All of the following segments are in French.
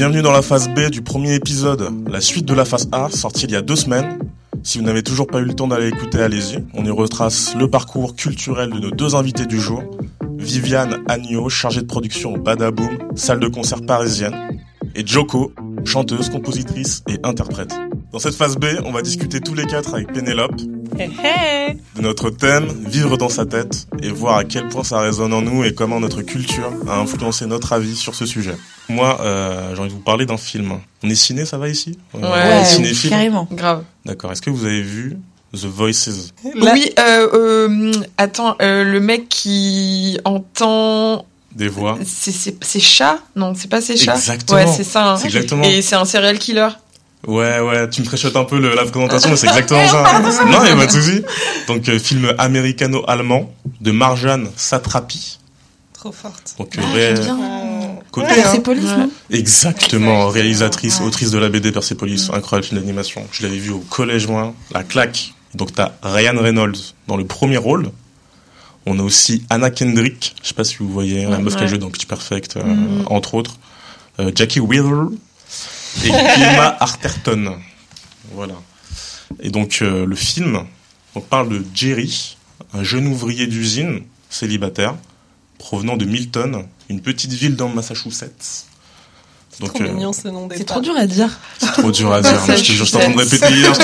Bienvenue dans la phase B du premier épisode, la suite de la phase A, sortie il y a 2 semaines. Si vous n'avez toujours pas eu le temps d'aller écouter, allez-y. On y retrace le parcours culturel de nos 2 invités du jour. Viviane Agneau, chargée de production au Badaboom, salle de concert parisienne. Et Joko, chanteuse, compositrice et interprète. Dans cette phase B, on va discuter tous les 4 avec Pénélope de notre thème, vivre dans sa tête, et voir à quel point ça résonne en nous et comment notre culture a influencé notre avis sur ce sujet. Moi, j'ai envie de vous parler d'un film. On est ciné, ça va ici ? Ouais, cinéphile. Carrément. Grave. D'accord. Est-ce que vous avez vu The Voices ? Oui, attends, le mec qui entend... Des voix. C'est chat ? Non, c'est pas ses chats. Exactement. Ouais, c'est ça. Hein. C'est exactement. Et c'est un serial killer. Ouais, tu me préchotes un peu la présentation, mais c'est exactement ça. Non, il y a pas de souci. Donc, film américano-allemand de Marjane Satrapi. Trop forte. Donc, Côté, Persepolis, non ? Exactement, réalisatrice, autrice de la BD Persepolis, incroyable film d'animation. Je l'avais vu au collège, moi, la claque. Donc, t'as Ryan Reynolds dans le premier rôle. On a aussi Anna Kendrick, je sais pas si vous voyez, la meuf qui a joué dans Pitch Perfect, entre autres. Jackie Wheeler et Emma Arterton. Voilà. Et donc, le film, on parle de Jerry, un jeune ouvrier d'usine, célibataire, provenant de Milton, une petite ville dans le Massachusetts. C'est trop mignon ce nom des C'est trop dur à dire. C'est trop dur à dire. Mais je te jure, je t'entends de répéter hier.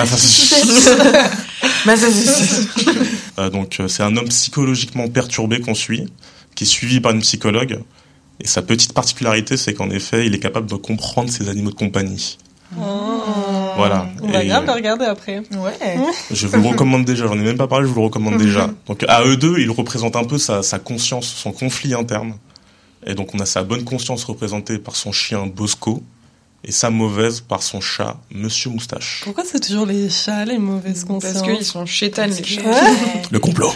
Donc, c'est un homme psychologiquement perturbé qu'on suit, qui est suivi par une psychologue. Et sa petite particularité, c'est qu'en effet, il est capable de comprendre ses animaux de compagnie. Voilà. On va bien le regarder après. Ouais. Je vous le recommande déjà. J'en ai même pas parlé, je vous le recommande déjà. Donc, à eux deux, ils représentent un peu sa conscience, son conflit interne. Et donc, on a sa bonne conscience représentée par son chien Bosco et sa mauvaise par son chat Monsieur Moustache. Pourquoi c'est toujours les chats, les mauvaises consciences ? Parce qu'ils sont chétanes, les chats. Le complot.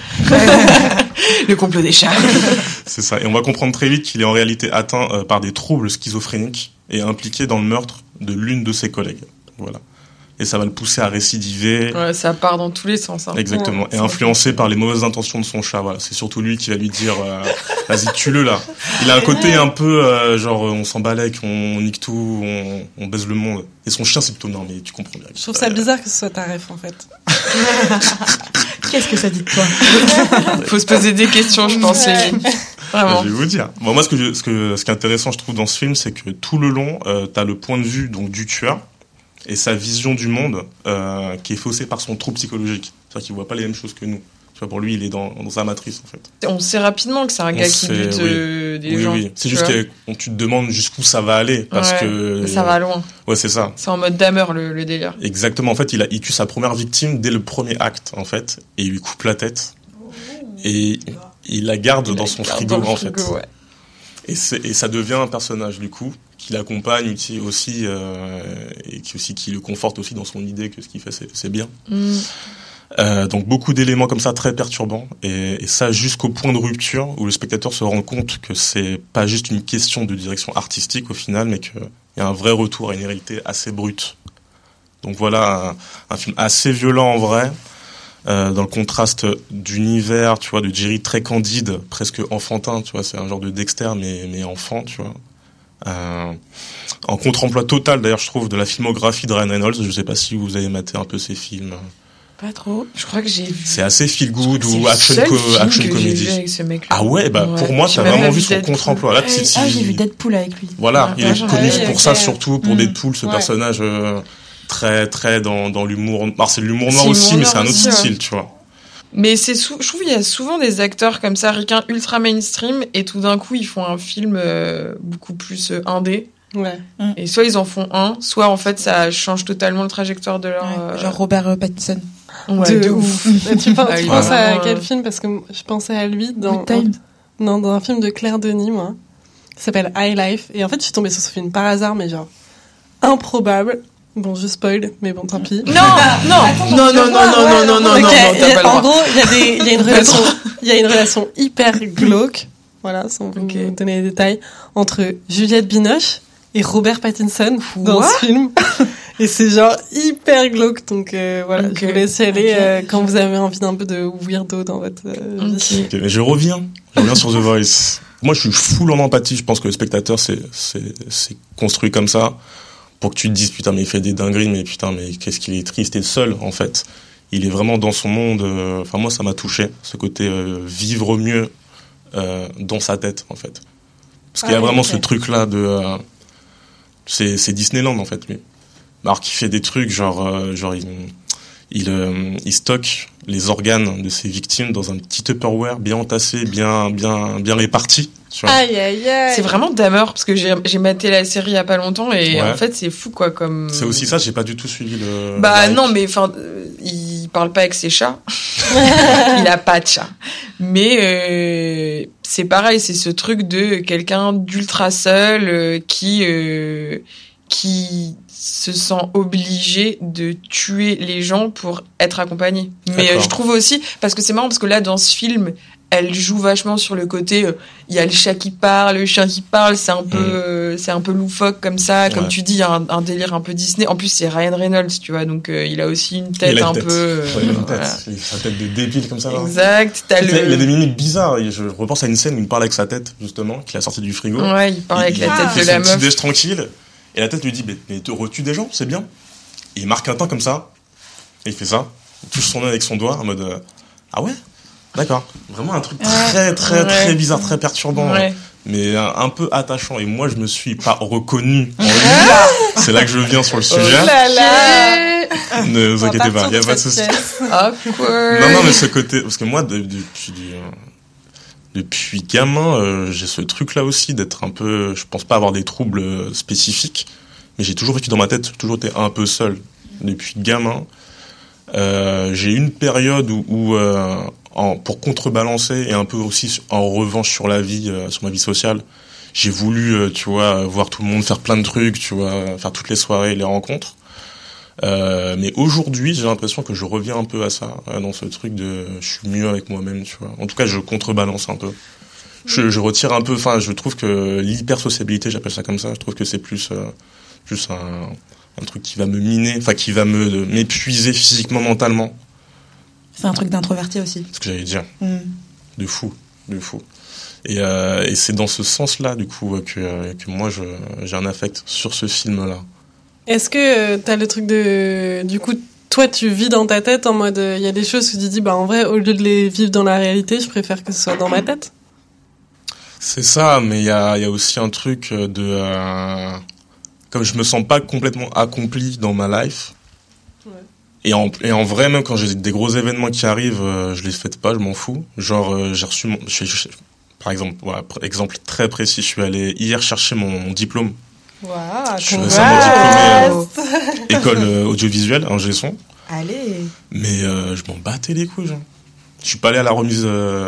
Le complot des chats. C'est ça. Et on va comprendre très vite qu'il est en réalité atteint par des troubles schizophréniques et impliqué dans le meurtre de l'une de ses collègues. Voilà. Et ça va le pousser à récidiver. Ouais, ça part dans tous les sens. Hein. Exactement. Et influencé par les mauvaises intentions de son chat. Voilà. C'est surtout lui qui va lui dire vas-y, tue-le là. Il a un côté un peu genre on s'en balèque, on nique tout, on baise le monde. Et son chien c'est plutôt non mais tu comprends bien. Je trouve ça bizarre que ce soit ta ref en fait. Qu'est-ce que ça dit de toi ? Faut se poser des questions, je pense. Vraiment. Je vais vous dire. Bon, moi ce qui est intéressant je trouve dans ce film c'est que tout le long t'as le point de vue donc du tueur. Et sa vision du monde qui est faussée par son trouble psychologique. C'est-à-dire qu'il voit pas les mêmes choses que nous. Tu vois, pour lui, il est dans sa matrice, en fait. On sait rapidement que c'est un gars qui bute des gens. Oui. C'est juste que tu te demandes jusqu'où ça va aller. Parce que ça va loin. Ouais, c'est ça. C'est en mode Dahmer, le délire. Exactement. En fait, il tue sa première victime dès le premier acte, en fait. Et il lui coupe la tête. Et il la garde dans son frigo, en fait. Ouais. Et ça devient un personnage, du coup, qui l'accompagne aussi, et qui le conforte aussi dans son idée que ce qu'il fait, c'est bien. Donc beaucoup d'éléments comme ça très perturbants, et ça jusqu'au point de rupture où le spectateur se rend compte que c'est pas juste une question de direction artistique au final, mais qu'il y a un vrai retour à une réalité assez brute. Donc voilà, un film assez violent en vrai, dans le contraste d'univers, tu vois, de Jerry très candide, presque enfantin, tu vois, c'est un genre de Dexter mais enfant, tu vois. En contre-emploi total d'ailleurs je trouve de la filmographie de Ryan Reynolds. Je sais pas si vous avez maté un peu ses films. Pas trop. Je crois que j'ai vu. C'est assez feel good ou action comédie. Ah ouais, pour moi t'as vraiment vu son contre-emploi. Là, j'ai vu Deadpool avec lui. Voilà, il est connu pour ça surtout pour Deadpool, ce personnage très très dans l'humour. Alors c'est de l'humour noir aussi, mais c'est un autre style, tu vois. Mais je trouve qu'il y a souvent des acteurs comme ça, ricains ultra mainstream, et tout d'un coup ils font un film beaucoup plus indé. Ouais. Et soit ils en font un, soit en fait ça change totalement le trajectoire de leur. Genre Robert Pattinson. Ouais, de ouf. Tu penses à quel film ? Parce que je pensais à lui dans un film de Claire Denis, moi, qui s'appelle High Life. Et en fait, je suis tombée sur ce film par hasard, mais genre improbable. Bon, je spoil, mais bon, tant pis. Non. En gros, il y a une relation hyper glauque. Voilà, sans vous donner les détails, entre Juliette Binoche et Robert Pattinson dans ce film. Et c'est genre hyper glauque, donc voilà, je vous laisse y aller quand vous avez envie d'un peu de weirdo dans votre vie. Okay, mais je reviens sur The Voice. moi, je suis full en empathie. Je pense que le spectateur, c'est construit comme ça pour que tu te dises, putain, mais il fait des dingueries, mais putain, mais qu'est-ce qu'il est triste et seul, en fait. Il est vraiment dans son monde. Enfin, moi, ça m'a touché, ce côté vivre mieux dans sa tête, en fait. Parce qu'il y a vraiment ce truc-là de... c'est Disneyland, en fait, lui. Alors qu'il fait des trucs, genre il stocke les organes de ses victimes dans un petit Tupperware bien entassé, bien réparti. Tu vois. Aïe, aïe, aïe. C'est vraiment Dahmer, parce que j'ai maté la série il y a pas longtemps, et en fait, c'est fou, quoi, comme... C'est aussi ça, j'ai pas du tout suivi le... Bah, non, mais enfin, il parle pas avec ses chats. Il a pas de chat. Mais, c'est pareil, c'est ce truc de quelqu'un d'ultra seul, qui se sent obligé de tuer les gens pour être accompagné. Mais je trouve aussi, parce que c'est marrant, parce que là, dans ce film, elle joue vachement sur le côté, il y a le chat qui parle, le chien qui parle, c'est un peu loufoque comme ça, comme tu dis, il y a un délire un peu Disney. En plus, c'est Ryan Reynolds, tu vois, donc il a aussi une tête un peu... voilà. Sa tête de débile comme ça. Exact. Il y a des mimiques bizarres. Je repense à une scène où il parle avec sa tête, justement, qu'il a sorti du frigo. Ouais, il parle avec la tête de la meuf. Il fait son petit déj tranquille. Et la tête lui dit, mais te retues des gens, c'est bien. Et il marque un temps comme ça. Et il fait ça. Il touche son nez avec son doigt en mode, ah ouais? D'accord. Vraiment un truc très bizarre, très perturbant. Ouais. Mais un peu attachant. Et moi, je me suis pas reconnu en lui. C'est là que je viens sur le sujet. Oh là là. Ne vous inquiétez pas, il n'y a pas de souci. Non, mais ce côté, parce que moi, depuis gamin, j'ai ce truc-là aussi d'être un peu... Je pense pas avoir des troubles spécifiques, mais j'ai toujours vécu dans ma tête, j'ai toujours été un peu seul. Depuis gamin, j'ai eu une période où pour contrebalancer et un peu aussi en revanche sur la vie, sur ma vie sociale, j'ai voulu, tu vois, voir tout le monde faire plein de trucs, tu vois, faire toutes les soirées, les rencontres. Mais aujourd'hui, j'ai l'impression que je reviens un peu à ça, dans ce truc de je suis mieux avec moi-même, tu vois. En tout cas, je contrebalance un peu. Je retire un peu, enfin, je trouve que l'hypersociabilité, j'appelle ça comme ça, je trouve que c'est plus juste un truc qui va me miner, enfin, qui va m'épuiser physiquement, mentalement. C'est un truc d'introverti aussi. C'est ce que j'allais dire. De fou. Et c'est dans ce sens-là, du coup, que moi, j'ai un affect sur ce film-là. Est-ce que t'as le truc de... Du coup, toi, tu vis dans ta tête en mode... Il y a des choses que tu dis, bah en vrai, au lieu de les vivre dans la réalité, je préfère que ce soit dans ma tête. C'est ça, mais il y a aussi un truc de... comme je me sens pas complètement accompli dans ma life, et en vrai, même quand j'ai des gros événements qui arrivent, je les fête pas, je m'en fous. Genre, j'ai reçu... par exemple, voilà, exemple très précis, je suis allé hier chercher mon diplôme. Wow, je suis récemment diplômé école audiovisuelle, ingé son. Allez. Mais je m'en battais les couilles. Genre. Je suis pas allé à la remise.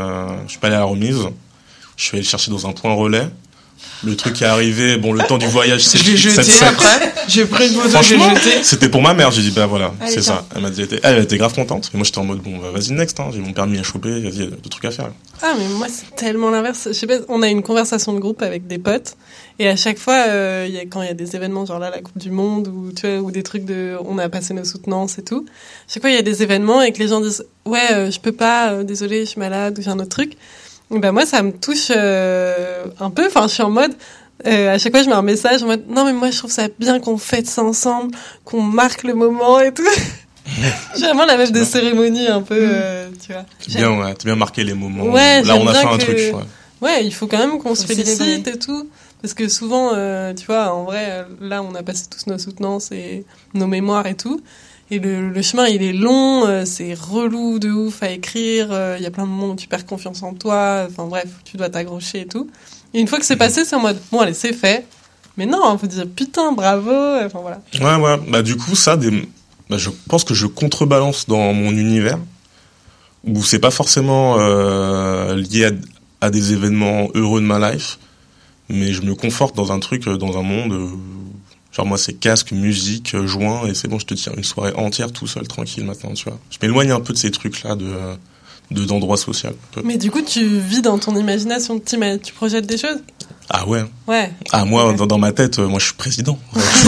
Je suis allé le chercher dans un point relais. Le truc est arrivé. Bon, le temps du voyage, c'est. Je l'ai jeté après. J'ai pris une photo, j'ai jeté. C'était pour ma mère. J'ai dit bah voilà, c'est ça. Elle m'a dit, elle était grave contente. Et moi, j'étais en mode bon, bah, vas-y next. Hein, j'ai mon permis à choper. Vas-y, il y a d'autres trucs à faire. Ah mais moi c'est tellement l'inverse. Je sais pas. On a une conversation de groupe avec des potes. Et à chaque fois, quand il y a des événements, genre là, la Coupe du Monde, ou, tu vois, ou des trucs on a passé nos soutenances et tout. Chaque fois, il y a des événements et que les gens disent, ouais, je peux pas, désolé, je suis malade, ou j'ai un autre truc. Et ben, moi, ça me touche, un peu. Enfin, je suis en mode, à chaque fois, je mets un message en mode, non, mais moi, je trouve ça bien qu'on fête ça ensemble, qu'on marque le moment et tout. J'ai vraiment la meuf de cérémonie, un peu, tu vois. T'as bien marqué les moments. Ouais, là, on a fait un truc, ouais, il faut quand même qu'on se félicite et tout. Parce que souvent, tu vois, en vrai, là, on a passé tous nos soutenances et nos mémoires et tout. Et le chemin, il est long, c'est relou de ouf à écrire. Il y a plein de moments où tu perds confiance en toi. Enfin bref, tu dois t'accrocher et tout. Et une fois que c'est passé, c'est en mode, bon, allez, c'est fait. Mais non, faut dire, putain, bravo. Enfin voilà. Ouais. Bah, du coup, ça, je pense que je contrebalance dans mon univers où c'est pas forcément lié à des événements heureux de ma life. Mais je me conforte dans un truc, dans un monde, genre moi c'est casque, musique, joint, et c'est bon, je te tiens une soirée entière tout seul, tranquille maintenant, tu vois. Je m'éloigne un peu de ces trucs-là d'endroit social. Mais du coup, tu vis dans ton imagination, tu projettes des choses? Ah ouais. Ouais. Ah moi, dans ma tête, moi je suis président.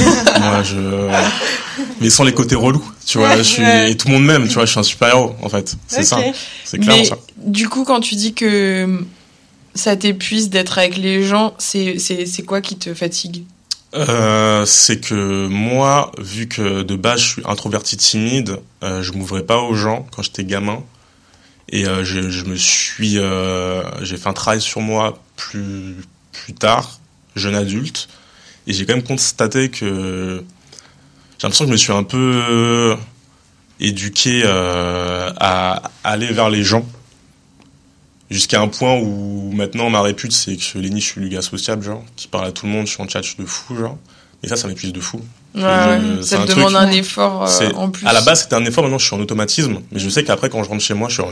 Mais sans les côtés relous, tu vois. Et tout le monde m'aime, tu vois, je suis un super-héros, en fait. C'est ça. C'est clairement ça. Du coup, quand tu dis que ça t'épuise d'être avec les gens, c'est quoi qui te fatigue? C'est que moi, vu que de base je suis introverti timide, je m'ouvrais pas aux gens quand j'étais gamin. Et j'ai fait un travail sur moi plus tard, jeune adulte, et j'ai quand même constaté que j'ai l'impression que je me suis un peu éduqué à aller vers les gens, jusqu'à un point où maintenant ma répute c'est que Lenny, je suis le gars sociable, genre qui parle à tout le monde, je suis en chat de fou, genre. Et ça m'épuise de fou. Ça te demande un effort en plus. À la base, c'était un effort, maintenant je suis en automatisme. Mais je sais qu'après, quand je rentre chez moi, je suis en...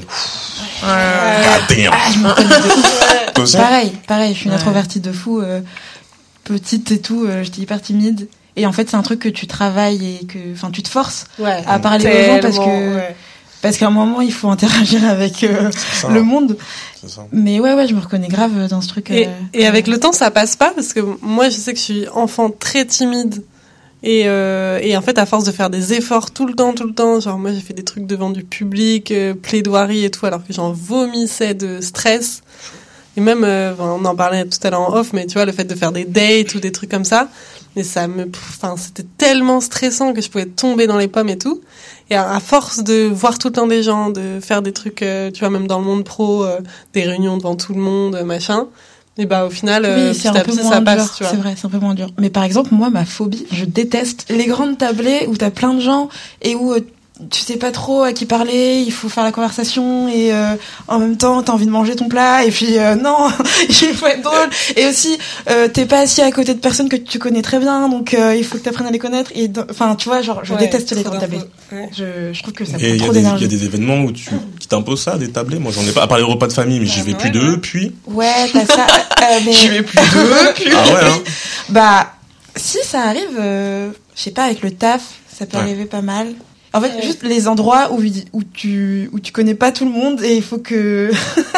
Je me connais de fou. Pareil, je suis une introvertie de fou. Petite et tout, j'étais hyper timide. Et en fait, c'est un truc que tu travailles et que tu te forces à parler aux gens parce qu'à un moment, il faut interagir avec le monde. C'est ça. Mais ouais, je me reconnais grave dans ce truc. Et avec le temps, ça passe pas parce que moi, je sais que je suis enfant très timide. Et en fait, à force de faire des efforts tout le temps, genre moi j'ai fait des trucs devant du public, plaidoirie et tout, alors que j'en vomissais de stress. Et même, on en parlait tout à l'heure en off, mais tu vois, le fait de faire des dates ou des trucs comme ça, mais c'était tellement stressant que je pouvais tomber dans les pommes et tout. Et à force de voir tout le temps des gens, de faire des trucs, tu vois, même dans le monde pro, des réunions devant tout le monde, machin. Et au final, petit à petit, ça passe, tu vois. C'est vrai, c'est un peu moins dur. Mais par exemple, moi, ma phobie, je déteste les grandes tablées où t'as plein de gens et où tu sais pas trop à qui parler, il faut faire la conversation et en même temps, t'as envie de manger ton plat et puis non, il faut être drôle. Et aussi, t'es pas assis à côté de personnes que tu connais très bien, donc il faut que t'apprennes à les connaître. Et tu vois, genre, je déteste les grandes tablées. Ouais. Je trouve que ça prend trop d'énergie. Il y a des événements où qui t'imposent ça, des tablées. Moi, j'en ai pas. À part les repas de famille, mais j'y vais plus d'eux, puis. Ouais, t'as ça. Mais... J'y vais plus d'eux, puis. Ah ouais, hein. Si ça arrive, je sais pas, avec le taf, ça peut arriver pas mal. En fait, juste les endroits où tu connais pas tout le monde et il faut que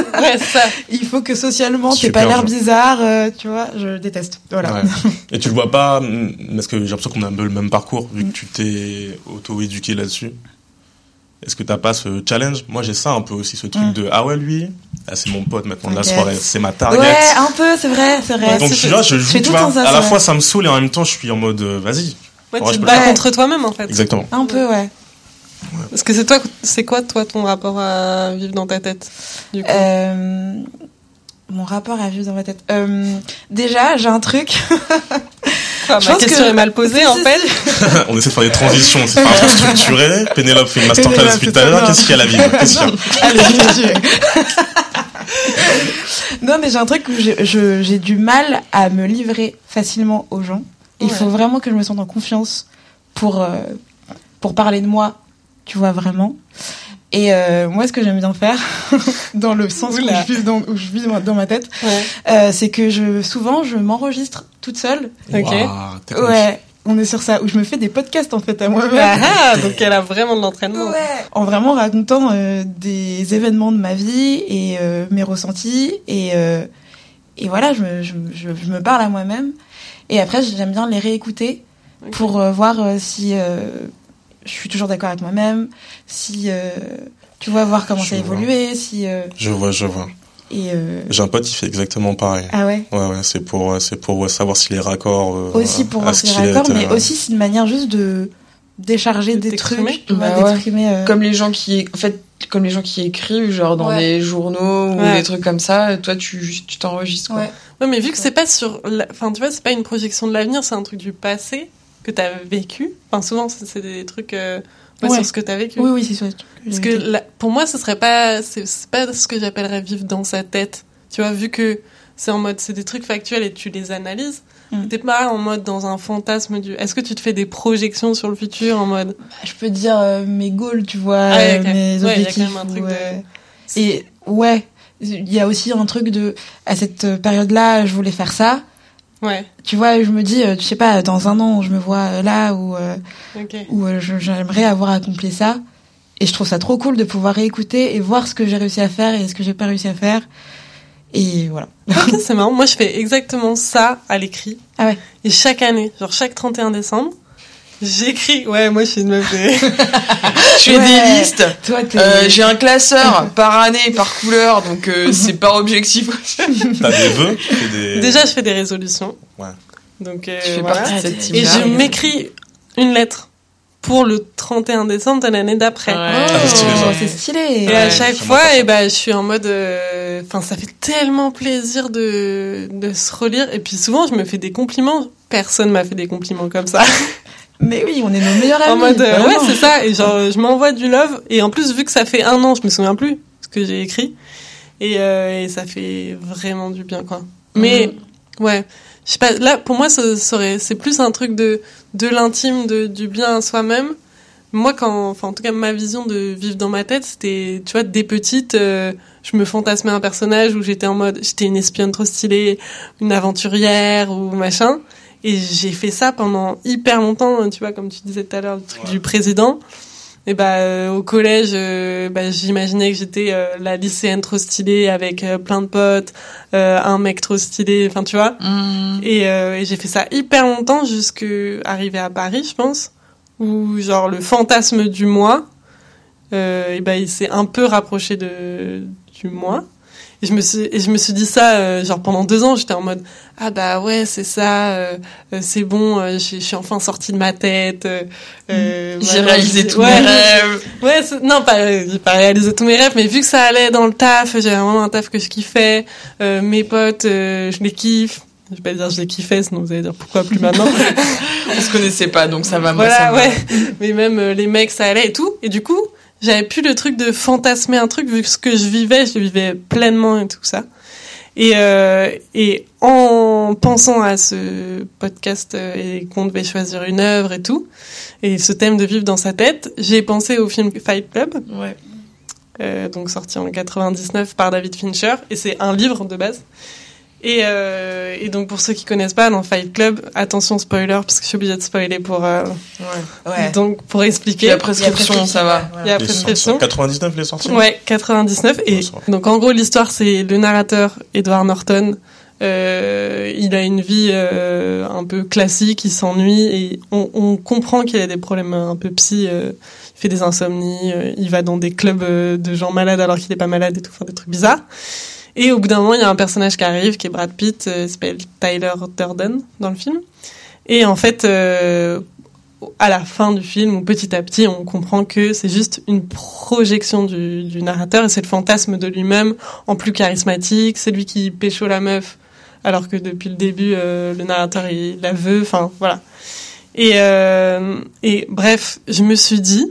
il faut que socialement t'aies pas l'air bizarre, tu vois, je déteste. Voilà. Ouais. Et tu le vois pas parce que j'ai l'impression qu'on a un peu le même parcours vu que tu t'es auto-éduqué là-dessus. Est-ce que t'as pas ce challenge? Moi, j'ai ça un peu aussi, ce truc de lui, c'est mon pote maintenant de la soirée, c'est ma target. Ouais, un peu, c'est vrai. Donc je suis là, je joue, tu vois, à la fois ça me saoule et en même temps je suis en mode vas-y. Ouais, tu te bats contre toi-même en fait. Exactement. Un peu, ouais. Parce que c'est quoi toi ton rapport à vivre dans ta tête du coup mon rapport à vivre dans ma tête. Déjà, j'ai un truc. Ma question est mal posée en fait. On essaie de faire des transitions, c'est pas un truc structuré. Pénélope fait une masterclass depuis tout à l'heure. Qu'est-ce qu'il y a à la vie? Allez, non, mais j'ai un truc où j'ai du mal à me livrer facilement aux gens. Il faut vraiment que je me sente en confiance pour parler de moi, tu vois, vraiment. Et moi, ce que j'aime bien faire, dans le sens où je vis dans ma tête, c'est que souvent, je m'enregistre toute seule. Ok. Wow, ouais, on est sur ça, où je me fais des podcasts, en fait, à moi-même. Donc elle a vraiment de l'entraînement. Ouais. En vraiment racontant des événements de ma vie et mes ressentis. Et voilà, je me parle à moi-même. Et après, j'aime bien les réécouter pour voir si je suis toujours d'accord avec moi-même, si tu vois, voir comment ça a évolué, si je vois. Et j'ai un pote qui fait exactement pareil. Ah ouais. Ouais, c'est pour savoir si les raccords aussi pour voir si les raccords, mais aussi c'est une manière juste de décharger des trucs, d'exprimer comme les gens qui écrivent genre dans des journaux ou des trucs comme ça, toi tu t'enregistres quoi. Ouais, mais vu que c'est pas tu vois, c'est pas une projection de l'avenir, c'est un truc du passé que t'as vécu. Enfin, souvent, c'est des trucs sur ce que t'as vécu. Oui, c'est sûr. Parce que pour moi, ce serait pas, c'est pas ce que j'appellerais vivre dans sa tête. Tu vois, vu que c'est en mode, c'est des trucs factuels et tu les analyses. T'es pas en mode dans un fantasme est-ce que tu te fais des projections sur le futur en mode? Je peux dire mes goals, tu vois, mes objectifs. Il y a quand même un truc Et il y a aussi un truc à cette période-là, je voulais faire ça. Ouais. Tu vois, je me dis, tu sais pas, dans un an, je me vois là où j'aimerais avoir accompli ça. Et je trouve ça trop cool de pouvoir réécouter et voir ce que j'ai réussi à faire et ce que j'ai pas réussi à faire. Et voilà. Ok, c'est marrant. Moi, je fais exactement ça à l'écrit. Ah ouais. Et chaque année, genre chaque 31 décembre, J'écris. Ouais, moi, je suis une meuf de... Je fais des listes. Toi, j'ai un classeur par année, par couleur, donc c'est par objectif. T'as des vœux? Déjà, je fais des résolutions. Ouais. Donc, je fais partie de cette team-là. Et je m'écris une lettre pour le 31 décembre de l'année d'après. C'est stylé. Et à chaque fois, je suis en mode... Enfin, ça fait tellement plaisir de se relire. Et puis souvent, je me fais des compliments. Personne m'a fait des compliments comme ça. Mais oui, on est nos meilleurs amis. En mode, c'est ça. Et genre, je m'envoie du love. Et en plus, vu que ça fait 1 an, je me souviens plus ce que j'ai écrit. Et ça fait vraiment du bien, quoi. Mais, ouais. Je sais pas, là, pour moi, c'est plus un truc de l'intime, du bien à soi-même. Moi, en tout cas, ma vision de vivre dans ma tête, c'était, tu vois, dès petite, je me fantasmais un personnage où j'étais une espionne trop stylée, une aventurière ou machin. Et j'ai fait ça pendant hyper longtemps, tu vois, comme tu disais tout à l'heure, le truc du président. Et au collège, j'imaginais que j'étais la lycéenne trop stylée avec plein de potes, un mec trop stylé, enfin tu vois. Et j'ai fait ça hyper longtemps jusqu'à arriver à Paris, je pense, où genre le fantasme du moi, il s'est un peu rapproché du moi. Et je me suis dit ça, genre pendant 2 ans, j'étais en mode ouais, c'est ça, c'est bon, je suis enfin sortie de ma tête. J'ai réalisé tous mes rêves. Ouais, j'ai pas réalisé tous mes rêves, mais vu que ça allait dans le taf, j'avais vraiment un taf que je kiffais. Mes potes, je les kiffe. Je vais pas dire je les kiffais, sinon vous allez dire pourquoi plus maintenant. On se connaissait pas, donc ça va. Voilà, ouais. Mais même les mecs, ça allait et tout. Et du coup, j'avais plus le truc de fantasmer un truc, vu que ce que je vivais pleinement et tout ça. Et en pensant à ce podcast et qu'on devait choisir une œuvre et tout, et ce thème de vivre dans sa tête, j'ai pensé au film Fight Club. Ouais. Donc sorti en 99 par David Fincher, et c'est un livre de base. Et donc pour ceux qui connaissent pas, dans Fight Club, attention spoiler parce que je suis obligée de spoiler pour donc pour expliquer. Il y a prescription, ça va. Il y a prescription. 99 les sorties. Ouais, 99 et donc en gros l'histoire c'est le narrateur Edward Norton. Il a une vie un peu classique, il s'ennuie et on comprend qu'il a des problèmes un peu psy. Il fait des insomnies, il va dans des clubs de gens malades alors qu'il est pas malade et tout, enfin des trucs bizarres. Et au bout d'un moment, il y a un personnage qui arrive, qui est Brad Pitt, s'appelle Tyler Durden dans le film. Et en fait, à la fin du film, ou petit à petit, on comprend que c'est juste une projection du narrateur et c'est le fantasme de lui-même en plus charismatique. C'est lui qui pécho la meuf, alors que depuis le début, le narrateur il la veut. Enfin, voilà. Et bref, je me suis dit,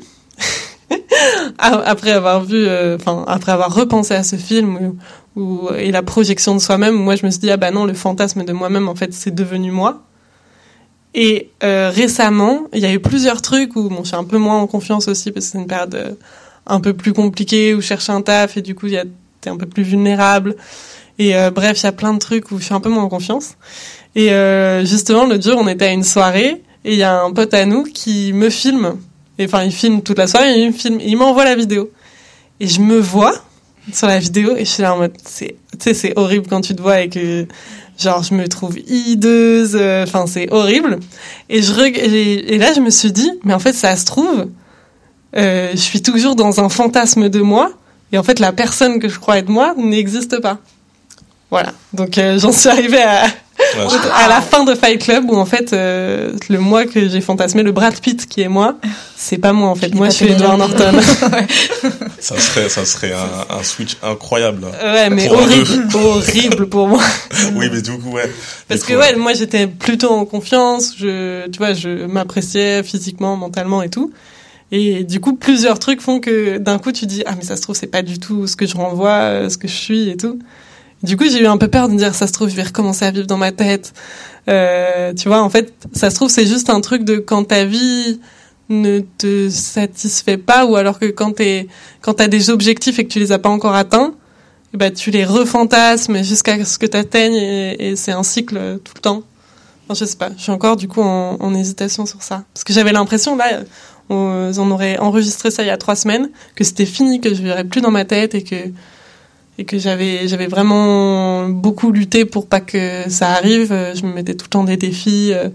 après avoir repensé à ce film et la projection de soi-même, moi je me suis dit non, le fantasme de moi-même en fait c'est devenu moi. Et récemment il y a eu plusieurs trucs où je suis un peu moins en confiance aussi parce que c'est une période un peu plus compliquée où je cherche un taf et du coup t'es un peu plus vulnérable et bref il y a plein de trucs où je suis un peu moins en confiance et justement l'autre jour on était à une soirée et il y a un pote à nous qui me filme, enfin il filme toute la soirée, il m'envoie la vidéo et je me vois sur la vidéo et je suis là en mode c'est horrible quand tu te vois et que genre je me trouve hideuse, enfin c'est horrible et là je me suis dit mais en fait ça se trouve je suis toujours dans un fantasme de moi et en fait la personne que je crois être moi n'existe pas. Voilà, donc j'en suis arrivée à la fin de Fight Club où en fait le moi que j'ai fantasmé, le Brad Pitt qui est moi, c'est pas moi en fait. Moi je suis Edward Norton. Ça serait un switch incroyable. Ouais, mais horrible pour moi. Oui, mais du coup ouais. Parce que moi j'étais plutôt en confiance, je m'appréciais physiquement, mentalement et tout. Et du coup plusieurs trucs font que d'un coup tu dis mais ça se trouve c'est pas du tout ce que je renvoie, ce que je suis et tout. Du coup, j'ai eu un peu peur de me dire, ça se trouve, je vais recommencer à vivre dans ma tête. Tu vois, en fait, ça se trouve, c'est juste un truc de quand ta vie ne te satisfait pas, ou alors que quand t'as des objectifs et que tu les as pas encore atteints, tu les refantasmes jusqu'à ce que t'atteignes et c'est un cycle tout le temps. Enfin, je sais pas. Je suis encore, du coup, en hésitation sur ça. Parce que j'avais l'impression, là, on aurait enregistré ça il y a 3 semaines, que c'était fini, que je vivrais plus dans ma tête et que j'avais vraiment beaucoup lutté pour pas que ça arrive. Je me mettais tout le temps des défis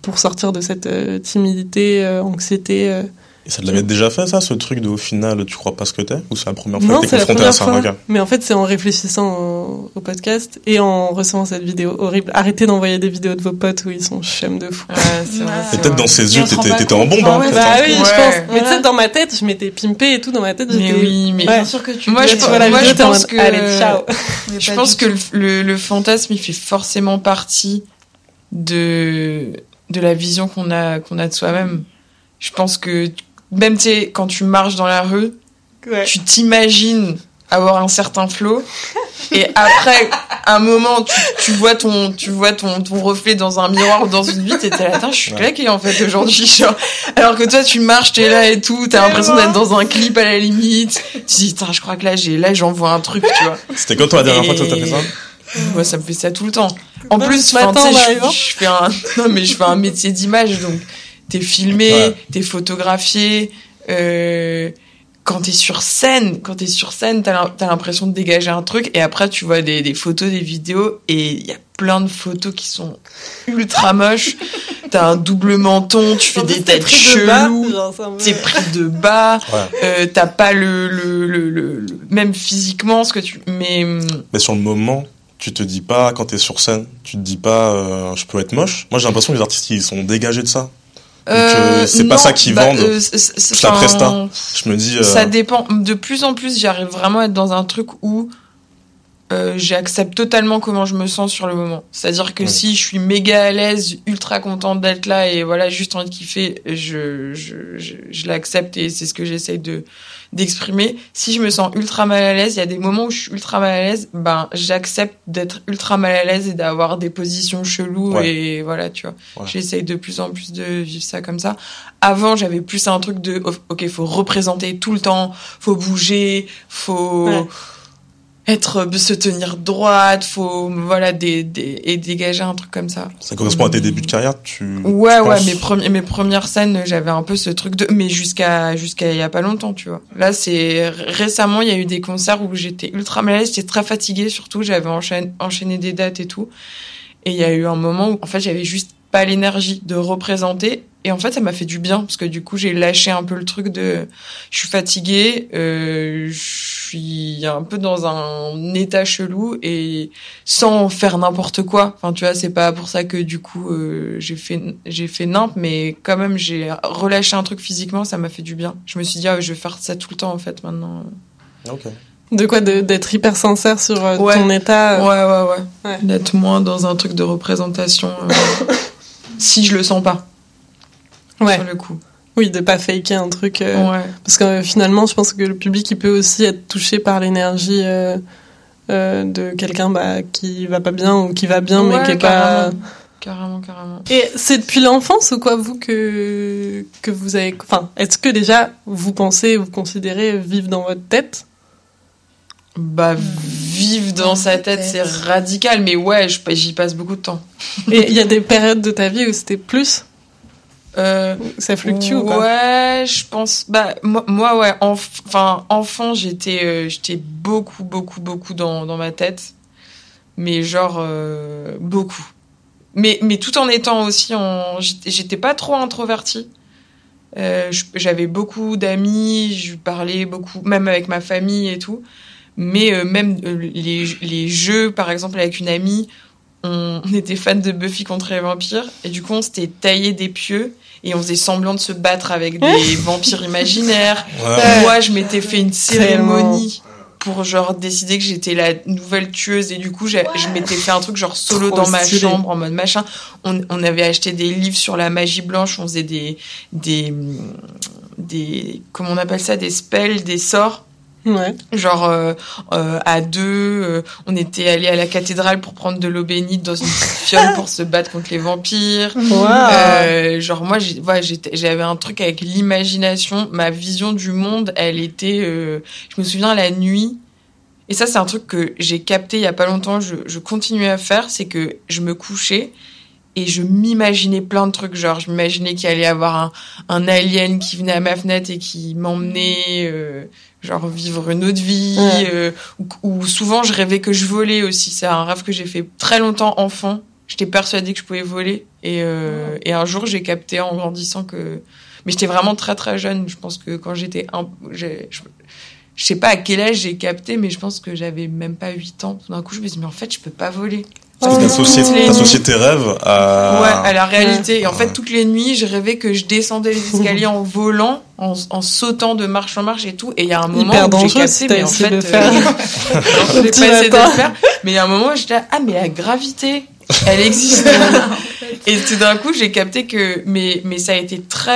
pour sortir de cette timidité, anxiété. Et ça te l'avait déjà fait, ça, ce truc de au final, tu crois pas ce que t'es? Ou c'est la première fois que t'es confronté à ça? Fois. Mais en fait, c'est en réfléchissant au podcast et en recevant cette vidéo horrible. Arrêtez d'envoyer des vidéos de vos potes où ils sont chum de fou. Ouais, c'est vrai. Et peut-être dans ses yeux, t'étais en bombe, hein. Ouais, bah oui, je pense. Mais tu sais, dans ma tête, je m'étais pimpée et tout, dans ma tête, j'étais... Mais oui, mais bien sûr que tu... Moi, je pense que... Allez, ciao. Je pense que le fantasme, il fait forcément partie de la vision qu'on a de soi-même. Je pense que même, tu sais, quand tu marches dans la rue, tu t'imagines avoir un certain flow, et après, un moment, tu vois ton reflet dans un miroir ou dans une vitre, et t'es là, je suis claquée, en fait, aujourd'hui, genre. Alors que toi, tu marches, t'es là et tout, t'as l'impression d'être dans un clip à la limite. Tu te dis, je crois que là, j'en vois un truc, tu vois. C'était quand toi la dernière fois que t'as fait ça? Moi, ça me fait ça tout le temps. En plus, tu sais, je fais un métier d'image, donc t'es filmé, t'es photographié, quand t'es sur scène, t'as l'impression de dégager un truc, et après tu vois des photos, des vidéos, et il y a plein de photos qui sont ultra moches. T'as un double menton, tu fais des têtes cheloues, t'es pris de bas, t'as pas le même physiquement ce que tu, mais sur le moment, tu te dis pas, quand t'es sur scène, tu te dis pas, je peux être moche. Moi, j'ai l'impression que les artistes, ils sont dégagés de ça. C'est pas ça qu'ils vendent. Je la presta. Je me dis. Ça dépend. De plus en plus, j'arrive vraiment à être dans un truc où j'accepte totalement comment je me sens sur le moment. C'est-à-dire que si je suis méga à l'aise, ultra contente d'être là et voilà, juste envie de kiffer, je l'accepte et c'est ce que j'essaye d'exprimer. Si je me sens ultra mal à l'aise, il y a des moments où je suis ultra mal à l'aise, j'accepte d'être ultra mal à l'aise et d'avoir des positions cheloues et voilà, tu vois. Ouais. J'essaye de plus en plus de vivre ça comme ça. Avant, j'avais plus un truc de, ok, faut représenter tout le temps, faut bouger, faut se tenir droite, faut, voilà, et dégager un truc comme ça. Ça correspond à tes débuts de carrière, mes premières scènes, j'avais un peu ce truc mais jusqu'à il y a pas longtemps, tu vois. Là, récemment, il y a eu des concerts où j'étais ultra mal à l'aise, j'étais très fatiguée, surtout, j'avais enchaîné des dates et tout. Et il y a eu un moment où, en fait, j'avais juste pas l'énergie de représenter. Et en fait, ça m'a fait du bien, parce que du coup, j'ai lâché un peu le truc de, je suis fatiguée, je suis un peu dans un état chelou, et sans faire n'importe quoi. Enfin, tu vois, c'est pas pour ça que du coup, j'ai fait nimp, mais quand même, j'ai relâché un truc physiquement, ça m'a fait du bien. Je me suis dit, je vais faire ça tout le temps, en fait, maintenant. Ok. De quoi, d'être hyper sincère sur ton état. Ouais. D'être moins dans un truc de représentation, si je le sens pas. Ouais. Sur le coup. Oui, de pas faker un truc. Parce que finalement, je pense que le public, il peut aussi être touché par l'énergie de quelqu'un qui va pas bien ou qui va bien, mais qui est pas... Carrément. Et c'est depuis l'enfance ou quoi, vous, que vous avez... Enfin, est-ce que déjà, vous considérez vivre dans votre tête ? Vivre dans sa tête, c'est radical, mais j'y passe beaucoup de temps. Et il y a des périodes de ta vie où c'était plus ça fluctue ou pas? Ouais, je pense. Moi, ouais. Enfant, j'étais beaucoup dans ma tête, mais genre beaucoup. Mais tout en étant aussi j'étais pas trop introvertie. J'avais beaucoup d'amis, je parlais beaucoup, même avec ma famille et tout. Mais même les jeux, par exemple, avec une amie, on était fans de Buffy contre les vampires, et du coup on s'était taillé des pieux et on faisait semblant de se battre avec des vampires imaginaires. Moi, je m'étais fait une cérémonie pour genre décider que j'étais la nouvelle tueuse, et du coup je m'étais fait un truc genre solo dans ma chambre en mode machin. On avait acheté des livres sur la magie blanche, on faisait des comment on appelle ça, des spells, des sorts. Ouais. Genre à deux, on était allé à la cathédrale pour prendre de l'eau bénite dans une petite fiole pour se battre contre les vampires. Wow. Genre moi j'avais un truc avec l'imagination, ma vision du monde, elle était je me souviens la nuit, et ça c'est un truc que j'ai capté il y a pas longtemps, je continuais à faire, c'est que je me couchais et je m'imaginais plein de trucs, genre je m'imaginais qu'il allait y avoir un alien qui venait à ma fenêtre et qui m'emmenait genre vivre une autre vie, ou souvent je rêvais que je volais aussi. C'est un rêve que j'ai fait très longtemps enfant, J'étais persuadée que je pouvais voler. Et un jour, j'ai capté en grandissant que... Mais j'étais vraiment très très jeune. Je pense que quand j'étais... Je sais pas à quel âge j'ai capté, mais je pense que j'avais même pas 8 ans. Tout d'un coup, je me dis, mais en fait, je peux pas voler. T'associais tes rêves à la réalité. Et en fait, toutes les nuits, je rêvais que je descendais les escaliers en volant, en sautant de marche en marche et tout. Et il y a un moment où j'ai capté, mais en fait, je l'ai pas essayé de le faire. Mais il y a un moment où j'étais là, mais la gravité, elle existe. Et tout d'un coup, j'ai capté que, mais ça a été